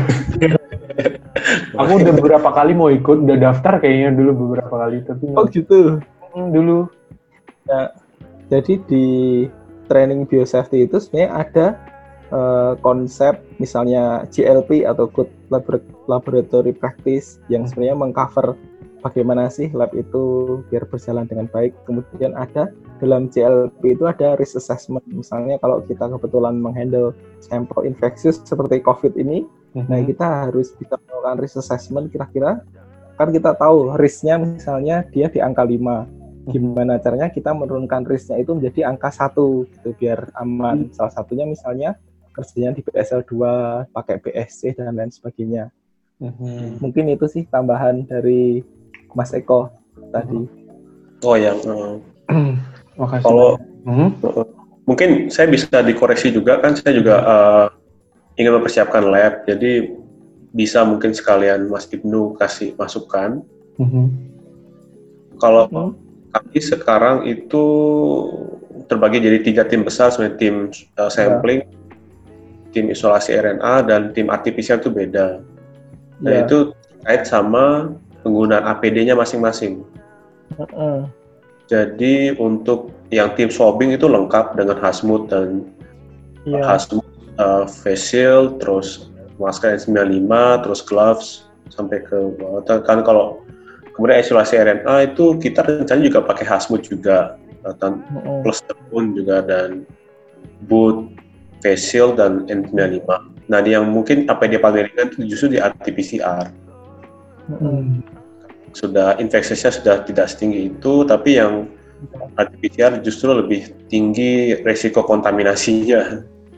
S1: Aku udah beberapa kali mau ikut, udah daftar kayaknya dulu beberapa kali tapi.
S3: Oh gitu.
S1: Hmm, dulu.
S3: Ya, jadi di training biosafety itu sebenarnya ada Uh, konsep misalnya G L P atau Good Laboratory Practice yang sebenarnya mengcover bagaimana sih lab itu biar berjalan dengan baik. Kemudian ada dalam G L P itu ada risk assessment. Misalnya kalau kita kebetulan menghandle sampel infeksius seperti COVID ini, mm-hmm. nah kita harus bisa melakukan risk assessment kira-kira kan kita tahu risknya misalnya dia di angka lima. Gimana caranya kita menurunkan risknya itu menjadi angka satu gitu biar aman. Salah satunya misalnya kerjanya di B S L dua, pakai B S C dan lain sebagainya. Mm-hmm. Mungkin itu sih tambahan dari Mas Eko tadi.
S2: Oh yang uh,
S1: makasih.
S2: Kalau uh, mungkin saya bisa dikoreksi juga kan saya juga uh, ingin mempersiapkan lab, jadi bisa mungkin sekalian Mas Ibnu kasih masukan. Mm-hmm. Kalau mm-hmm. kami sekarang itu terbagi jadi tiga tim besar, sebenarnya tim uh, sampling, yeah. tim isolasi R N A, dan tim R T P C R itu beda. Nah yeah. itu terkait sama penggunaan A P D-nya masing-masing. Uh-uh. Jadi untuk yang tim swabbing itu lengkap dengan hazmat dan yeah. hazmat, uh, face shield, terus masker N sembilan puluh lima, terus gloves sampai ke kan kalau kemudian isolasi R N A itu kita rencananya juga pakai hazmat juga, uh-uh. plus terpun juga dan boot, face shield dan N sembilan puluh lima. Nah, yang mungkin apa yang dia paling ringan itu justru di R T P C R. Hmm. Sudah infeksinya sudah tidak setinggi itu, tapi yang R T P C R justru lebih tinggi resiko kontaminasinya.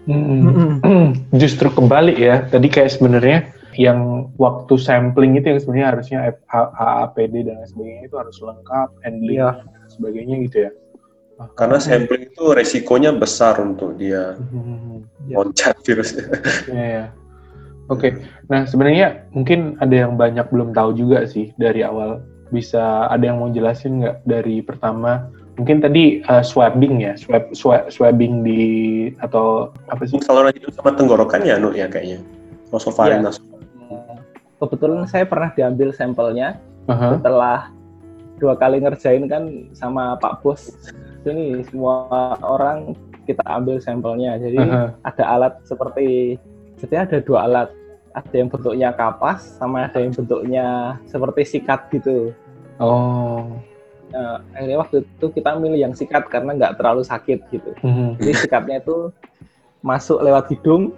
S1: Hmm. Justru kebalik ya. Tadi kayak sebenarnya yang waktu sampling itu yang sebenarnya harusnya A A P D dan lain sebagainya itu harus lengkap, handling
S3: Iya.
S1: dan sebagainya gitu ya.
S2: Karena sampling itu resikonya besar untuk dia
S1: Hmm.
S2: loncat virusnya.
S1: Ya, ya. Oke. Nah, sebenarnya mungkin ada yang banyak belum tahu juga sih dari awal. Bisa ada yang mau jelasin nggak dari pertama? Mungkin tadi uh, swabbing ya, swab, swab swabbing di atau apa sih?
S2: Saluran hidup sama tenggorokan ya, Nu ya kayaknya. Nasofaring,
S3: Iya.
S2: nasofaring.
S3: Kebetulan saya pernah diambil sampelnya
S1: Uh-huh.
S3: setelah dua kali ngerjain kan sama Pak Bos. Ini semua orang kita ambil sampelnya. Jadi
S1: Uh-huh.
S3: ada alat seperti, jadi ada dua alat. Ada yang bentuknya kapas sama ada yang bentuknya seperti sikat gitu.
S1: Oh.
S3: Nah, akhirnya waktu itu kita milih yang sikat karena nggak terlalu sakit gitu.
S1: Mm-hmm.
S3: Jadi sikatnya itu masuk lewat hidung,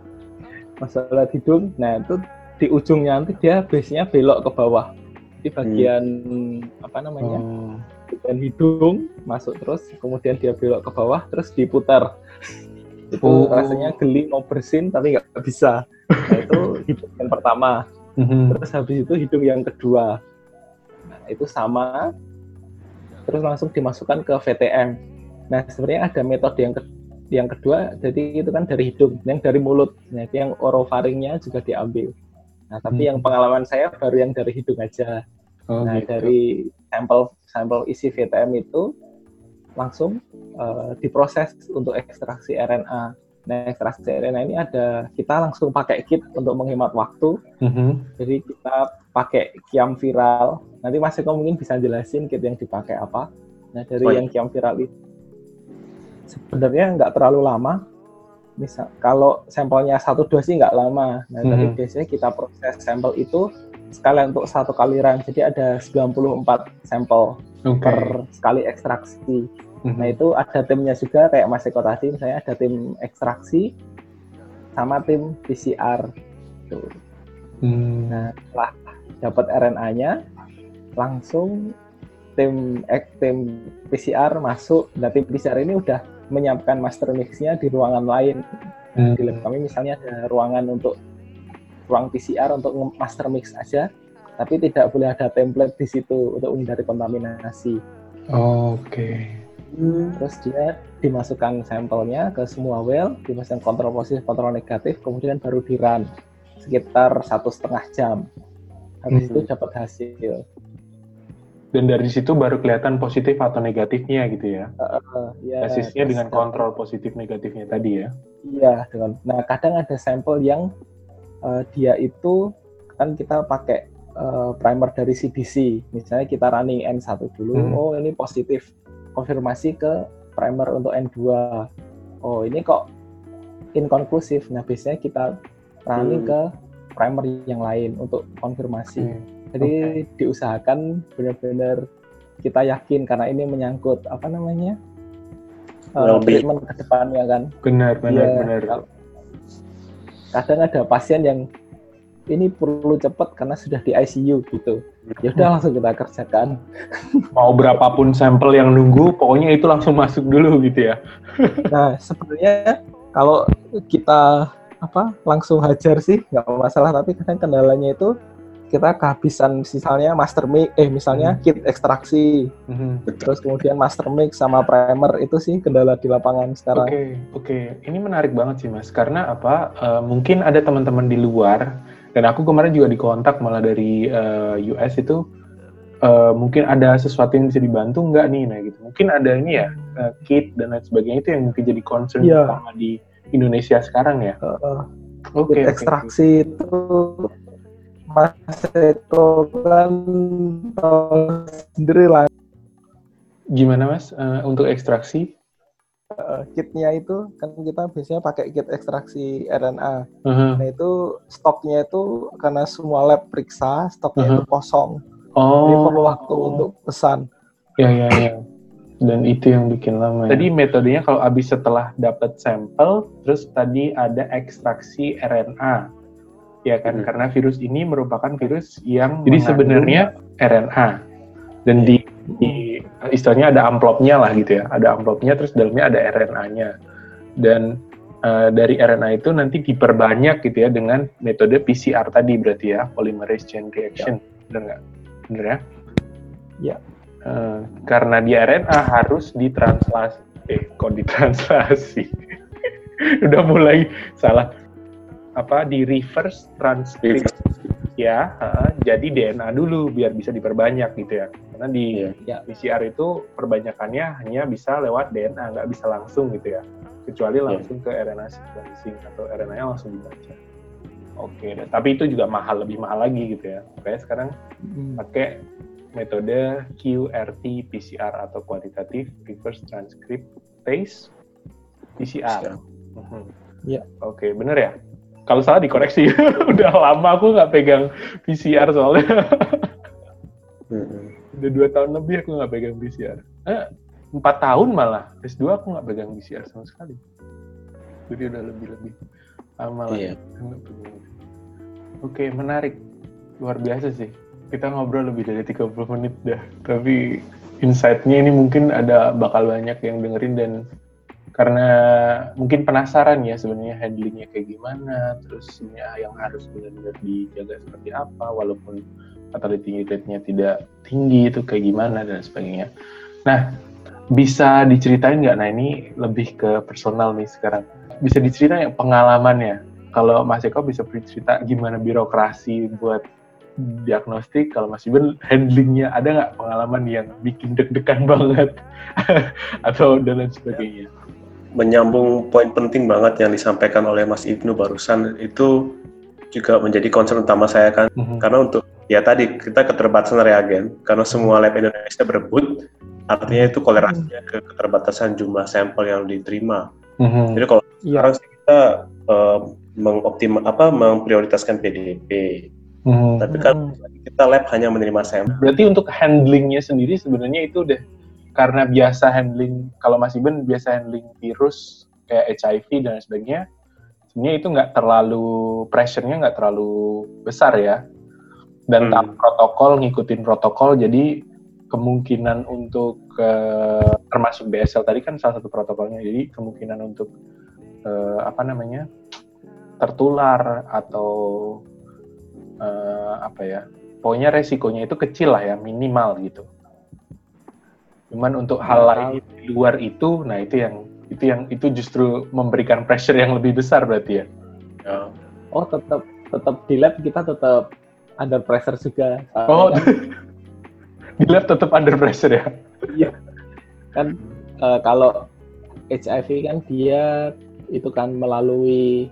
S3: masuk lewat hidung. Nah itu di ujungnya nanti dia base-nya belok ke bawah. Di bagian hmm. apa namanya,
S1: oh.
S3: bagian hidung masuk terus, kemudian dia belok ke bawah, terus diputar. Itu
S1: oh.
S3: rasanya geli mau bersin tapi nggak bisa. Nah itu hidung yang pertama.
S1: Mm-hmm.
S3: Terus habis itu hidung yang kedua. Nah itu sama. Terus langsung dimasukkan ke V T M. Nah sebenarnya ada metode yang ke, yang kedua, jadi itu kan dari hidung, yang dari mulut, nah itu yang orofaringnya juga diambil. Nah tapi hmm. yang pengalaman saya baru yang dari hidung aja. Oh, nah gitu. Dari sampel sampel isi V T M itu langsung uh, diproses untuk ekstraksi R N A. Nah ekstraksi R N A ini ada, kita langsung pakai kit untuk menghemat waktu. Mm-hmm. Jadi kita pakai kiam viral. Nanti Mas Eko mungkin bisa jelasin kit yang dipakai apa. Nah dari oh, yang kiam viral itu sebenarnya nggak terlalu lama. Misal kalau sampelnya satu dosis nggak lama. Nah mm-hmm. tapi biasanya kita proses sampel itu sekalian untuk satu kali run. Jadi ada sembilan puluh empat sampel okay. per sekali ekstraksi. Mm-hmm. Nah itu ada timnya juga kayak Mas Eko tadi. Misalnya ada tim ekstraksi sama tim P C R. Tuh. Mm. Nah setelah dapat R N A-nya, langsung tim tim P C R masuk. Nah tim P C R ini udah menyiapkan master mix-nya di ruangan lain. Hmm. Di lab kami misalnya ada ruangan untuk ruang P C R untuk master mix aja, tapi tidak boleh ada template di situ untuk menghindari kontaminasi.
S1: Oh, Oke. Okay.
S3: Hmm. Terus dia dimasukkan sampelnya ke semua well, dimasukkan kontrol positif, kontrol negatif, kemudian baru di run sekitar satu setengah jam. Habis hmm. itu dapat hasil.
S1: Dan dari situ baru kelihatan positif atau negatifnya gitu ya?
S3: Uh, uh, ya
S1: Basisnya dengan kontrol positif negatifnya tadi ya?
S3: Iya, dengan. Nah kadang ada sampel yang uh, dia itu kan kita pakai uh, primer dari C D C. Misalnya kita running N satu dulu, hmm. oh ini positif. Konfirmasi ke primer untuk N dua. Oh ini kok inkonklusif. Nah biasanya kita running hmm. ke primer yang lain untuk konfirmasi. Hmm. Jadi okay. diusahakan benar-benar kita yakin karena ini menyangkut apa namanya uh, treatment ke depannya kan.
S1: Benar, benar, ya, benar.
S3: Kadang ada pasien yang ini perlu cepat karena sudah di I C U gitu. Ya udah langsung kita kerjakan.
S1: Mau berapapun sampel yang nunggu, pokoknya itu langsung masuk dulu gitu ya.
S3: Nah sebenarnya kalau kita apa langsung hajar sih nggak masalah, tapi kadang kendalanya itu kita kehabisan misalnya master mix, eh misalnya hmm. kit ekstraksi, hmm. terus kemudian master mix sama primer, itu sih kendala di lapangan sekarang.
S1: Oke, okay, oke, okay. Ini menarik banget sih Mas, karena apa? Uh, mungkin ada teman-teman di luar, dan aku kemarin juga dikontak malah dari uh, U S itu, uh, mungkin ada sesuatu yang bisa dibantu nggak nih, nah gitu. Mungkin ada ini ya, uh, kit dan lain sebagainya itu yang mungkin jadi concern yeah. utama di Indonesia sekarang ya.
S3: Uh, oke. Okay, ekstraksi okay. itu Mas Eko kan tahu sendiri lah.
S1: Gimana Mas uh, untuk ekstraksi?
S3: Uh, kitnya itu kan kita biasanya pakai kit ekstraksi R N A. Uh-huh. Nah itu stoknya itu karena semua lab periksa stoknya uh-huh. itu kosong. Oh. Jadi perlu waktu oh. untuk pesan.
S1: Ya ya ya. Dan itu yang bikin lama. Ya. Tadi metodenya kalau habis setelah dapat sampel, terus tadi ada ekstraksi R N A. Ya kan, hmm. karena virus ini merupakan virus yang jadi sebenarnya R N A dan di, di istilahnya ada amplopnya lah gitu ya, ada amplopnya terus dalamnya ada R N A-nya dan uh, dari R N A itu nanti diperbanyak gitu ya dengan metode P C R tadi berarti ya, polymerase chain reaction, ya. Benar nggak? Benar ya?
S3: Ya.
S1: Uh, karena di R N A harus ditranslasi, eh kok ditranslasi? Udah mulai salah. Apa di reverse transcript ya, uh, jadi D N A dulu biar bisa diperbanyak gitu ya. Karena di ya. P C R itu perbanyakannya hanya bisa lewat D N A, nggak bisa langsung gitu ya. Kecuali langsung yeah. ke R N A sequencing atau R N A-nya langsung dibaca. Oke, okay, tapi itu juga mahal, lebih mahal lagi gitu ya. Makanya sekarang hmm. pakai metode Q R T P C R atau Quantitative Reverse Transcriptase P C R. Uh-huh. Ya, oke, okay, bener ya? Kalau salah dikoreksi. Udah lama aku nggak pegang P C R soalnya. Udah dua tahun lebih aku nggak pegang P C R. Eh, empat tahun malah. S dua aku nggak pegang P C R sama sekali. Jadi udah lebih-lebih lama lah. Iya. Oke, menarik. Luar biasa sih. Kita ngobrol lebih dari tiga puluh menit dah. Tapi insight-nya ini mungkin ada bakal banyak yang dengerin dan karena mungkin penasaran ya sebenarnya handlingnya kayak gimana, terus sebenarnya yang harus benar-benar dijaga seperti apa, walaupun fatality rate-nya tidak tinggi itu kayak gimana dan sebagainya. Nah, bisa diceritain nggak? Nah ini lebih ke personal nih sekarang. Bisa diceritain yang pengalamannya. Kalau Mas Eko bisa bercerita gimana birokrasi buat diagnostik, kalau Mas Iben handlingnya ada nggak pengalaman yang bikin deg-degan banget atau dan lain sebagainya?
S2: Menyambung poin penting banget yang disampaikan oleh Mas Ibnu barusan itu juga menjadi concern utama saya kan, mm-hmm. karena untuk ya tadi kita keterbatasan reagen karena semua lab Indonesia berebut, artinya itu kolerasinya ke keterbatasan jumlah sampel yang diterima. Mm-hmm. Jadi kalau yeah. sekarang sih kita uh, mengoptimal apa memprioritaskan P D P, mm-hmm. tapi kan kita lab hanya menerima sampel.
S1: Berarti untuk handlingnya sendiri sebenarnya itu udah karena biasa handling, kalau Mas Iben biasa handling virus kayak H I V dan sebagainya, sebenarnya itu nggak terlalu, pressure-nya nggak terlalu besar ya. Dan hmm. taat protokol, ngikutin protokol, jadi kemungkinan untuk, uh, termasuk B S L tadi kan salah satu protokolnya, jadi kemungkinan untuk, uh, apa namanya, tertular atau, uh, apa ya, pokoknya resikonya itu kecil lah ya, minimal gitu. Cuman untuk hal lain di luar itu, nah itu yang itu yang itu justru memberikan pressure yang lebih besar berarti ya.
S3: Oh tetap tetap di lab kita tetap under pressure juga.
S1: Oh kan, di lab tetap under pressure ya?
S3: Iya. Kan uh, kalau H I V kan dia itu kan melalui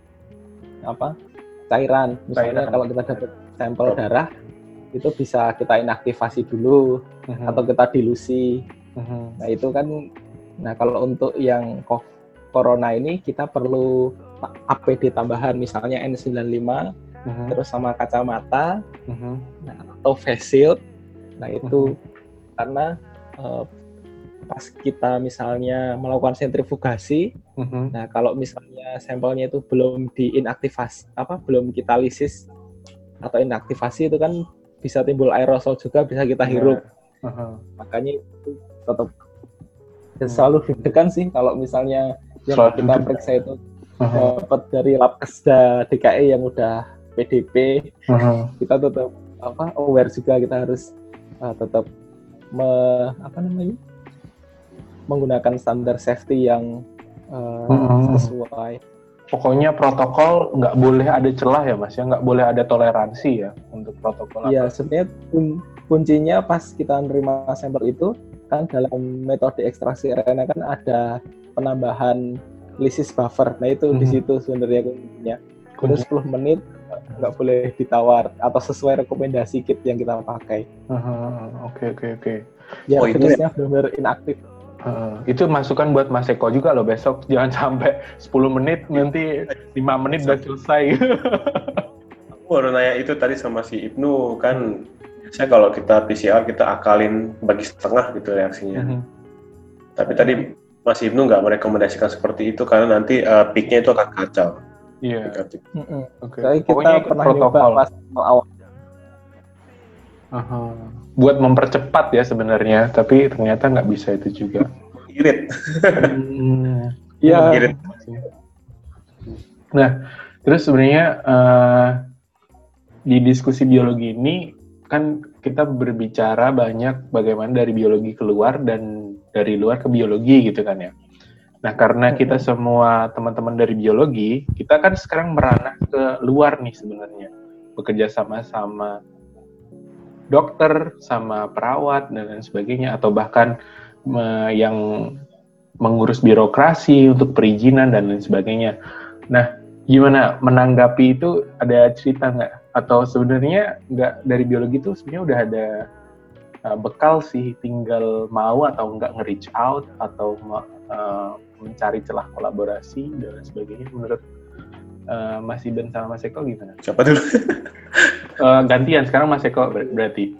S3: apa cairan. Misalnya cairan. Kalau kita dapat sampel oh. darah itu bisa kita inaktivasi dulu uh-huh. atau kita dilusi. Uh-huh. Nah itu kan, nah kalau untuk yang corona ini kita perlu A P D tambahan, misalnya N sembilan puluh lima, uh-huh. terus sama kacamata, uh-huh. nah, atau face shield. Nah itu uh-huh. karena uh, pas kita misalnya melakukan sentrifugasi, uh-huh. nah kalau misalnya sampelnya itu belum diinaktivasi, apa belum kita lisis atau inaktivasi itu kan bisa timbul aerosol juga, bisa kita hirup. Yeah. Uh-huh. Makanya itu tetap hmm. selalu deg-degan sih kalau misalnya yang selalu kita periksa itu uh-huh. dapat dari lab Kesda D K I yang udah P D P, uh-huh. kita tetap apa aware juga, kita harus uh, tetap me, apa namanya menggunakan standar safety yang uh, uh-huh. sesuai.
S1: Pokoknya protokol nggak boleh ada celah ya Mas, ya nggak boleh ada toleransi ya untuk protokol.
S3: Iya, sebenarnya kun- kuncinya pas kita menerima sampel itu kan dalam metode ekstraksi R N A kan ada penambahan lysis buffer. Nah itu mm-hmm. di situ sebenarnya kuncinya. Kunci sepuluh menit nggak boleh ditawar atau sesuai rekomendasi kit yang kita pakai.
S1: Oke oke oke.
S3: Ya oh, jenisnya benar-benar inaktif.
S1: Uh, itu masukan buat Mas Eko juga loh, besok jangan sampai sepuluh menit nanti lima menit udah selesai.
S2: Aku baru nanya itu tadi sama si Ibnu kan, biasanya kalau kita P C R kita akalin bagi setengah gitu reaksinya. Uh-huh. Tapi tadi Mas Ibnu nggak merekomendasikan seperti itu karena nanti uh, peak-nya itu akan kacau.
S1: Iya. Yeah.
S3: Uh-huh. Okay. Jadi kita pernah nyoba pas awal.
S1: Uh-huh. Buat mempercepat ya sebenarnya, tapi ternyata nggak bisa itu juga.
S2: Irit.
S1: hmm, ya. Irit. Nah, terus sebenarnya uh, di diskusi biologi ini kan kita berbicara banyak bagaimana dari biologi keluar dan dari luar ke biologi gitu kan ya. Nah, karena kita semua teman-teman dari biologi, kita kan sekarang meranah ke luar nih sebenarnya. Bekerja sama-sama dokter, sama perawat, dan lain sebagainya. Atau bahkan me, yang mengurus birokrasi untuk perizinan dan lain sebagainya. Nah, gimana menanggapi itu? Ada cerita nggak? Atau sebenarnya nggak dari biologi itu sebenarnya udah ada uh, bekal sih, tinggal mau atau nggak nge-reach out atau uh, mencari celah kolaborasi dan lain sebagainya. Menurut uh, Mas Iben sama Mas Eko gimana?
S2: Siapa dulu?
S1: uh, gantian, sekarang Mas Eko ber- berarti.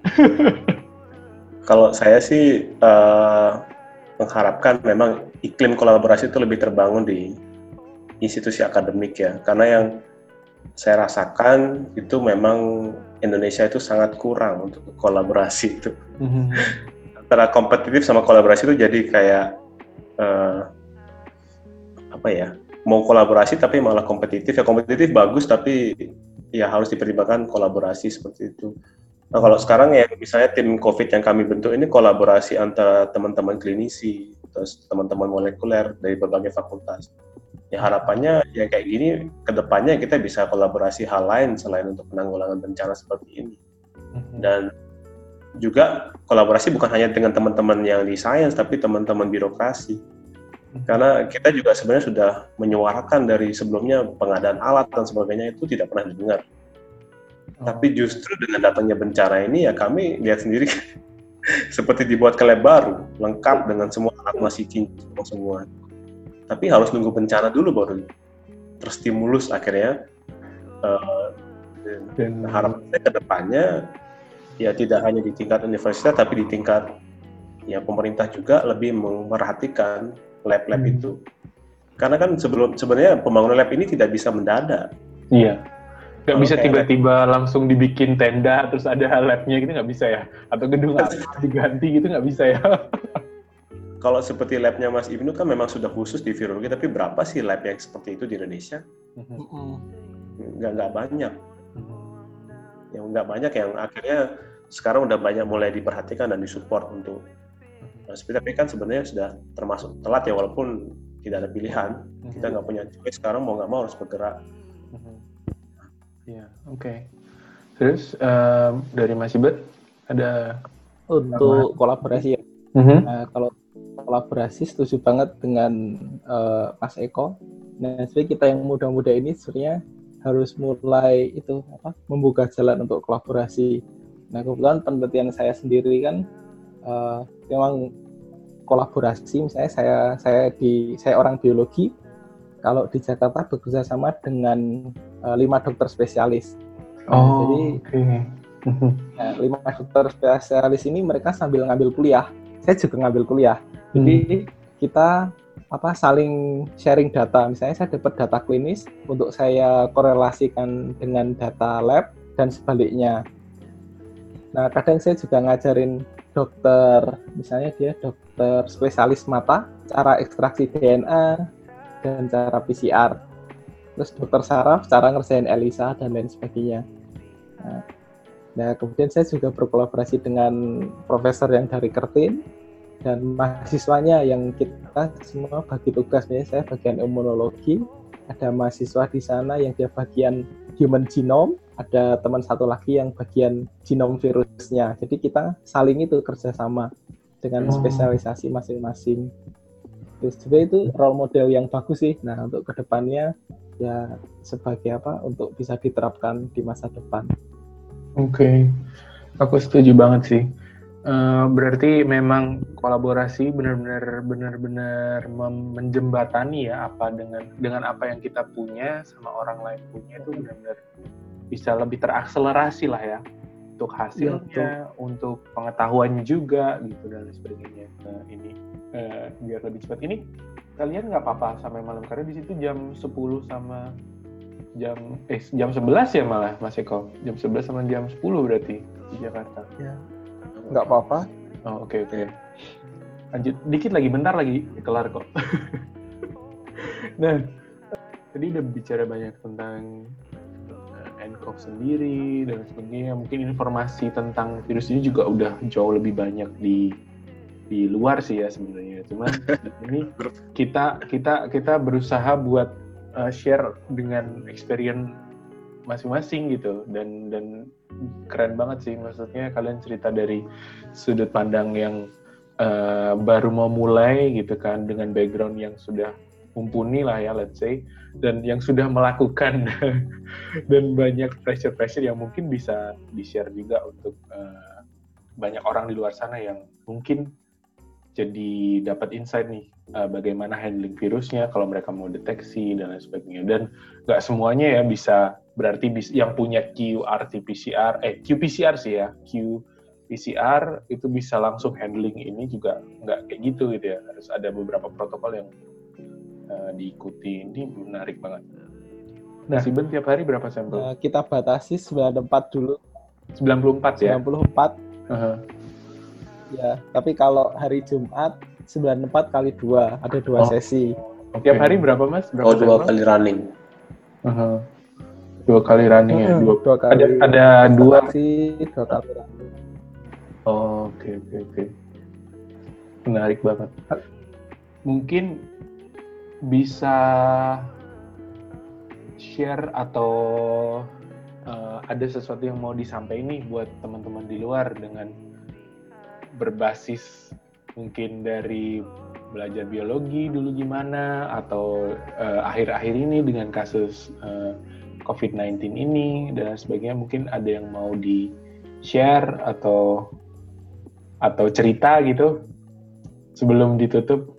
S2: Kalau saya sih uh, mengharapkan memang iklim kolaborasi itu lebih terbangun di institusi akademik ya, karena yang saya rasakan itu memang Indonesia itu sangat kurang untuk kolaborasi itu. Mm-hmm. Antara kompetitif sama kolaborasi itu jadi kayak uh, apa ya, mau kolaborasi tapi malah kompetitif. Ya kompetitif bagus tapi ya harus dipertimbangkan kolaborasi seperti itu. Nah kalau sekarang ya misalnya tim COVID yang kami bentuk ini kolaborasi antara teman-teman klinisi, terus teman-teman molekuler dari berbagai fakultas. Ya harapannya ya kayak gini kedepannya kita bisa kolaborasi hal lain selain untuk penanggulangan bencana seperti ini. Dan juga kolaborasi bukan hanya dengan teman-teman yang di sains tapi teman-teman birokrasi. Karena kita juga sebenarnya sudah menyuarakan dari sebelumnya pengadaan alat dan sebagainya itu tidak pernah didengar. Oh. Tapi justru dengan datangnya bencana ini ya kami lihat sendiri seperti dibuat ke lab baru, lengkap dengan semua alat masih cincin semua. Tapi harus nunggu bencana dulu baru terstimulus akhirnya. Uh, dan harapannya ke depannya ya tidak hanya di tingkat universitas tapi di tingkat ya pemerintah juga lebih memperhatikan lab-lab hmm. itu. Karena kan sebelum sebenarnya pembangunan lab ini tidak bisa mendadak.
S1: Iya. Nggak bisa tiba-tiba lab, langsung dibikin tenda terus ada labnya gitu nggak bisa ya? Atau gedung diganti gitu nggak bisa ya?
S2: Kalau seperti labnya Mas Ibnu kan memang sudah khusus di virologi, tapi berapa sih lab yang seperti itu di Indonesia? Mm-hmm. Nggak, nggak banyak. Mm-hmm. Yang nggak banyak yang akhirnya sekarang udah banyak mulai diperhatikan dan disupport untuk. Nah, tapi kan sebenarnya sudah termasuk telat ya, walaupun tidak ada pilihan. Mm-hmm. Kita nggak punya choice, sekarang mau nggak mau harus bergerak.
S1: Mm-hmm. Ya, oke. Okay. Terus um, dari Mas Ibet ada
S3: untuk kolaborasi ya. Mm-hmm. Nah, kalau kolaborasi setuju banget dengan uh, Mas Eko. Nah, sebenarnya kita yang muda-muda ini sebenarnya harus mulai itu apa membuka jalan untuk kolaborasi. Nah, kebetulan penelitian saya sendiri kan uh, memang kolaborasi. Misalnya saya saya di saya orang biologi. Kalau di Jakarta bekerja sama dengan uh, lima dokter spesialis.
S1: Oh, nah, jadi okay.
S3: Nah, lima dokter spesialis ini mereka sambil ngambil kuliah. Saya juga ngambil kuliah. Jadi hmm. kita apa saling sharing data. Misalnya saya dapat data klinis untuk saya korelasikan dengan data lab dan sebaliknya. Nah, kadang saya juga ngajarin dokter, misalnya dia dokter spesialis mata, cara ekstraksi D N A dan cara P C R. Terus dokter saraf, cara ngerjain ELISA dan lain sebagainya. Nah, nah, kemudian saya juga berkolaborasi dengan profesor yang dari Kertin dan mahasiswanya yang kita semua bagi tugas. Misalnya saya bagian imunologi, ada mahasiswa di sana yang dia bagian human genome, ada teman satu lagi yang bagian genome virusnya. Jadi kita saling itu kerjasama dengan spesialisasi masing-masing. Terus sebenarnya itu role model yang bagus sih. Nah, untuk kedepannya ya sebagai apa untuk bisa diterapkan di masa depan.
S1: Oke, okay. Aku setuju banget sih. Uh, berarti memang kolaborasi benar-benar benar-benar menjembatani ya apa dengan dengan apa yang kita punya sama orang lain punya itu benar-benar bisa lebih terakselerasi lah ya untuk hasilnya, ya, untuk pengetahuannya juga gitu dan sebagainya. Nah, ini uh, biar lebih cepat ini kalian nggak apa-apa sampai malam karena di situ jam sepuluh sama jam eh jam sebelas ya malah Mas Eko. Jam sebelas sama jam sepuluh berarti di Jakarta.
S3: Ya. Nggak apa-apa.
S1: Oh, oke okay, oke. Okay. Lanjut dikit lagi, bentar lagi kelar kok. Nah, tadi udah bicara banyak tentang uh, N C O V sendiri dan sebagainya. Mungkin informasi tentang virus ini juga udah jauh lebih banyak di di luar sih ya sebenarnya. Cuman ini kita kita kita berusaha buat uh, share dengan experience masing-masing gitu, dan dan keren banget sih, maksudnya kalian cerita dari sudut pandang yang uh, baru mau mulai gitu kan, dengan background yang sudah mumpuni lah ya, let's say, dan yang sudah melakukan dan banyak pressure-pressure yang mungkin bisa di-share juga untuk uh, banyak orang di luar sana yang mungkin jadi dapat insight nih uh, bagaimana handling virusnya kalau mereka mau deteksi dan lain sebagainya. Dan nggak semuanya ya bisa, berarti bis, yang punya Q R T P C R, eh Q P C R sih ya, Q P C R itu bisa langsung handling ini juga nggak kayak gitu gitu ya. Harus ada beberapa protokol yang uh, diikuti. Ini menarik banget. Nah, Siben tiap hari berapa sampel?
S3: Nah, kita batasi sembilan puluh empat dulu.
S1: sembilan puluh empat ya?
S3: sembilan puluh empat.
S1: Uh-huh.
S3: Ya, tapi kalau hari Jumat sembilan puluh empat kali dua, ada dua
S1: oh.
S3: sesi.
S1: Okay. Tiap hari berapa Mas? Berapa
S2: oh, dua
S1: sampel?
S2: kali running.
S1: Uh-huh. Dua kali running ya? Dua,
S3: dua kali.
S1: Ada, ada dua
S3: sesi, dua kali running.
S1: Oh, oke, oke, oke. Menarik banget. Mungkin bisa share atau uh, ada sesuatu yang mau disampaikan nih buat teman-teman di luar dengan berbasis mungkin dari belajar biologi dulu gimana, atau uh, akhir-akhir ini dengan kasus uh, covid sembilan belas ini dan sebagainya. Mungkin ada yang mau di-share atau atau cerita gitu sebelum ditutup.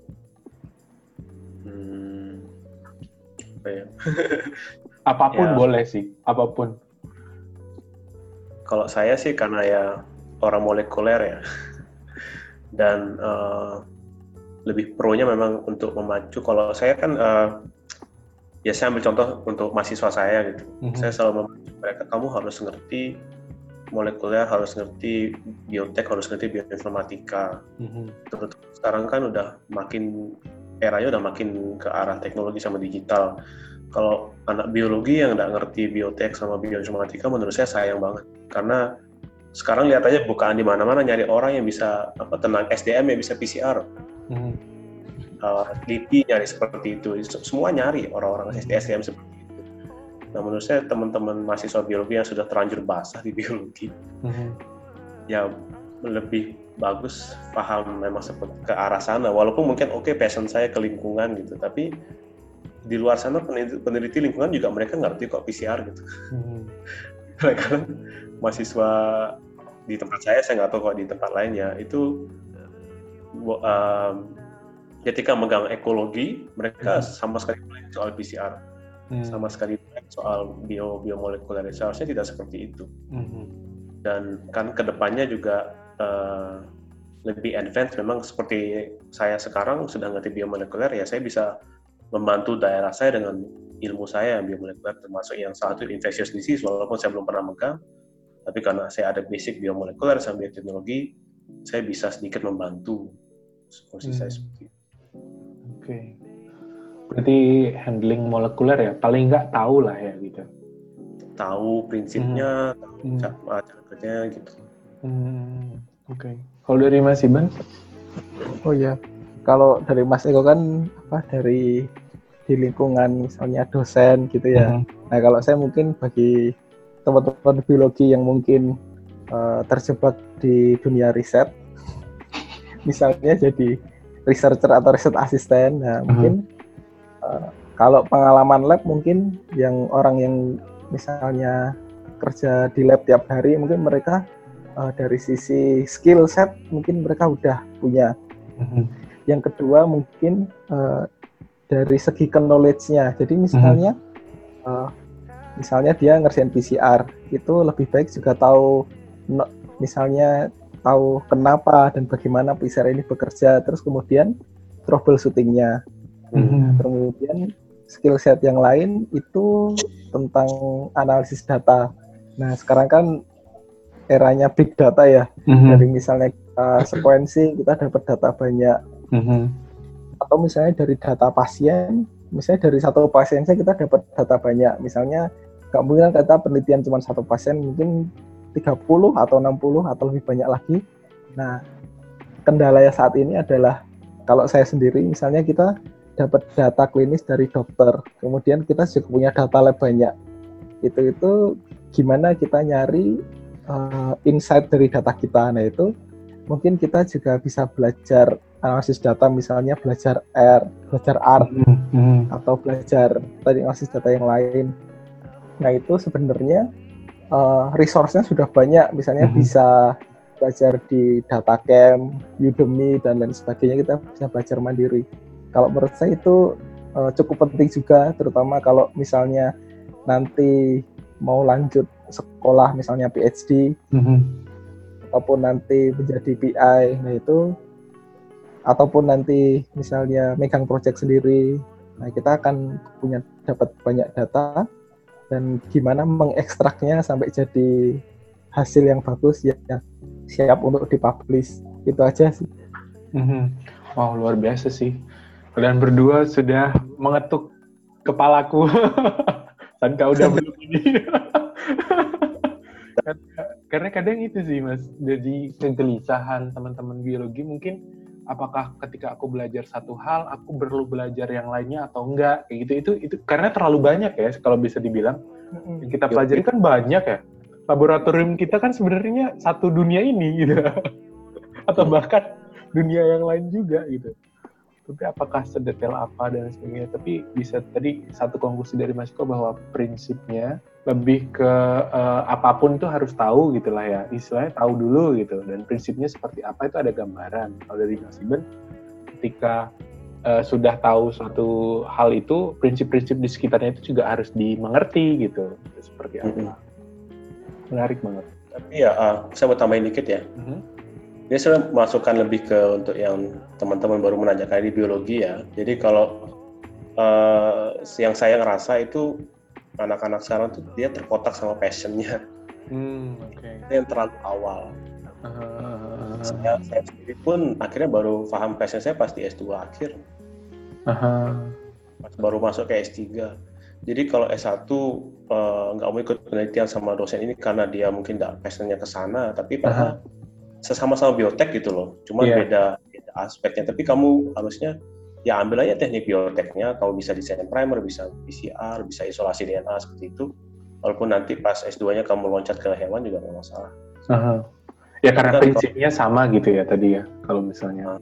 S2: Hmm. Apa ya?
S1: Apapun
S2: ya.
S1: Boleh sih, apapun.
S2: Kalau saya sih karena ya orang molekuler ya, dan uh, lebih pro-nya memang untuk memacu. Kalau saya kan uh, ya saya ambil contoh untuk mahasiswa saya gitu. Mm-hmm. Saya selalu memacu mereka, kamu harus ngerti molekuler, harus ngerti biotek, harus ngerti bioinformatika. Mm-hmm. Terus sekarang kan udah makin eranya udah makin ke arah teknologi sama digital. Kalau anak biologi yang nggak ngerti biotek sama bioinformatika, menurut saya sayang banget. Karena sekarang lihat aja bukaan di mana-mana nyari orang yang bisa apa tenang S D M yang bisa P C R. Mm-hmm. Uh, L I P I nyari seperti itu. Semua nyari orang-orang S D M seperti itu. Nah, menurut saya teman-teman mahasiswa biologi yang sudah terlanjur basah di biologi, mm-hmm. ya lebih bagus paham memang seperti ke arah sana. Walaupun mungkin oke okay, passion saya ke lingkungan gitu, tapi di luar sana peneliti, peneliti lingkungan juga mereka ngerti kok P C R gitu. Mm-hmm. Karena mahasiswa di tempat saya, saya nggak tahu kok di tempat lainnya itu um, ketika megang ekologi mereka mm-hmm. sama sekali belajar soal P C R, mm-hmm. sama sekali soal bio biomolekuler. Seharusnya tidak seperti itu. Mm-hmm. Dan kan kedepannya juga uh, lebih advance. Memang seperti saya sekarang sudah ngerti biomolekuler, ya saya bisa membantu daerah saya dengan ilmu saya biomolekuler, termasuk yang satu infectious disease, walaupun saya belum pernah megang. Tapi karena saya ada basic biomolekuler sama bioteknologi, saya bisa sedikit membantu fungsi hmm. saya seperti itu.
S1: Oke. Okay. Berarti handling molekuler ya, paling nggak tahu lah ya gitu.
S2: Tahu prinsipnya,
S1: hmm.
S2: tahu cara kerjanya gitu.
S1: Hmm. Oke. Okay. Kalau dari Mas Iban?
S3: Oh ya, kalau dari Mas Eko kan apa dari di lingkungan misalnya dosen gitu ya. Hmm. Nah kalau saya mungkin bagi teman-teman biologi yang mungkin uh, terjebak di dunia riset, misalnya jadi researcher atau riset asisten, nah uh-huh. mungkin uh, kalau pengalaman lab mungkin yang orang yang misalnya kerja di lab tiap hari, mungkin mereka uh, dari sisi skill set mungkin mereka udah punya. Uh-huh. Yang kedua mungkin uh, dari segi knowledge-nya, jadi misalnya uh-huh. uh, misalnya dia ngerjain P C R, itu lebih baik juga tahu no, misalnya tahu kenapa dan bagaimana P C R ini bekerja, terus kemudian troubleshooting-nya. Mm-hmm. Kemudian skill set yang lain itu tentang analisis data. Nah, sekarang kan eranya big data ya. Mm-hmm. Dari misalnya uh, sequencing kita dapat data banyak. Mm-hmm. Atau misalnya dari data pasien misalnya dari satu pasien saja kita dapat data banyak. Misalnya nggak mungkin kita penelitian cuma satu pasien, mungkin tiga puluh atau enam puluh atau lebih banyak lagi. Nah, kendalanya saat ini adalah kalau saya sendiri misalnya kita dapat data klinis dari dokter, kemudian kita juga punya data lab banyak. Itu itu gimana kita nyari uh, insight dari data kita. Nah, itu mungkin kita juga bisa belajar analisis data, misalnya belajar R, belajar R, mm-hmm. atau belajar tadi analisis data yang lain. Nah, itu sebenarnya uh, resource-nya sudah banyak, misalnya mm-hmm. bisa belajar di DataCamp, Udemy, dan lain sebagainya, kita bisa belajar mandiri. Kalau menurut saya itu uh, cukup penting juga, terutama kalau misalnya nanti mau lanjut sekolah, misalnya P H D, mm-hmm. ataupun nanti menjadi P I, nah itu, ataupun nanti misalnya megang project sendiri, nah kita akan punya dapat banyak data, dan gimana mengekstraknya sampai jadi hasil yang bagus ya, siap untuk dipublish. Itu aja sih.
S1: Mm-hmm. Wow, luar biasa sih. Kalian berdua sudah mengetuk kepalaku. Sangka udah belum ini. Karena kadang itu sih Mas, jadi kegelisahan teman-teman biologi mungkin apakah ketika aku belajar satu hal aku perlu belajar yang lainnya atau enggak, kayak gitu. Itu itu karena terlalu banyak ya kalau bisa dibilang. Yang kita pelajari kan banyak ya. Laboratorium kita kan sebenarnya satu dunia ini gitu. Atau bahkan dunia yang lain juga gitu. Tapi apakah sedetail apa dan sebagainya. Tapi bisa tadi satu konklusi dari Mas Iko bahwa prinsipnya lebih ke uh, apapun itu harus tahu gitulah ya. Istilahnya tahu dulu gitu. Dan prinsipnya seperti apa itu ada gambaran. Kalau dari Mas Iben, ketika uh, sudah tahu suatu hal itu, prinsip-prinsip di sekitarnya itu juga harus dimengerti gitu. Seperti apa. Mm-hmm. Menarik banget.
S2: Tapi ya, uh, saya mau tambahin dikit ya. Mm-hmm. Ini saya masukkan lebih ke untuk yang teman-teman baru menanyakan di biologi ya. Jadi kalau uh, yang saya ngerasa itu anak-anak sekarang tuh dia terkotak sama passion-nya. Hmm, okay. Itu yang terlalu awal. Uh, saya, saya sendiri pun akhirnya baru paham passion saya pas di S dua akhir. Uh, pas baru masuk ke S tiga. Jadi kalau S satu nggak uh, mau ikut penelitian sama dosen ini karena dia mungkin nggak passion-nya ke sana, tapi padahal uh-huh. sesama-sama biotek gitu loh, cuma yeah. beda, beda aspeknya. Tapi kamu harusnya ya ambil aja teknik bioteknya, kamu bisa desain primer, bisa P C R, bisa isolasi D N A seperti itu. Walaupun nanti pas S dua-nya kamu loncat ke hewan juga nggak masalah.
S1: Uh-huh. Ya karena kan prinsipnya kalau, sama gitu ya tadi ya, kalau misalnya.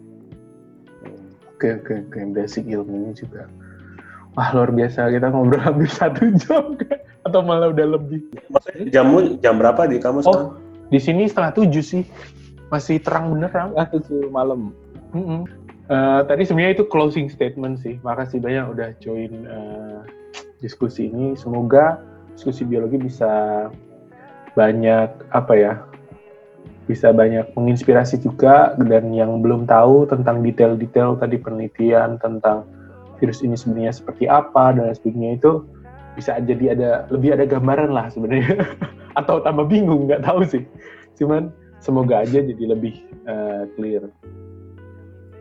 S1: Oke oke oke, basic ilmunya juga. Wah luar biasa, kita ngobrol hampir satu jam atau malah udah lebih.
S2: Maksudnya jammu jam berapa di kamu sekarang?
S1: Oh, di sini setengah tujuh sih. Masih terang beneran.
S3: Ah, tujuh malam.
S1: Mm-hmm. Uh, tadi sebenarnya itu closing statement sih. Makasih banyak udah join uh, diskusi ini. Semoga diskusi biologi bisa banyak apa ya, bisa banyak menginspirasi juga. Dan yang belum tahu tentang detail-detail tadi penelitian tentang virus ini sebenarnya seperti apa dan sebagainya itu bisa jadi ada lebih ada gambaran lah sebenarnya. Atau tambah bingung, nggak tahu sih. Cuman semoga aja jadi lebih uh, clear.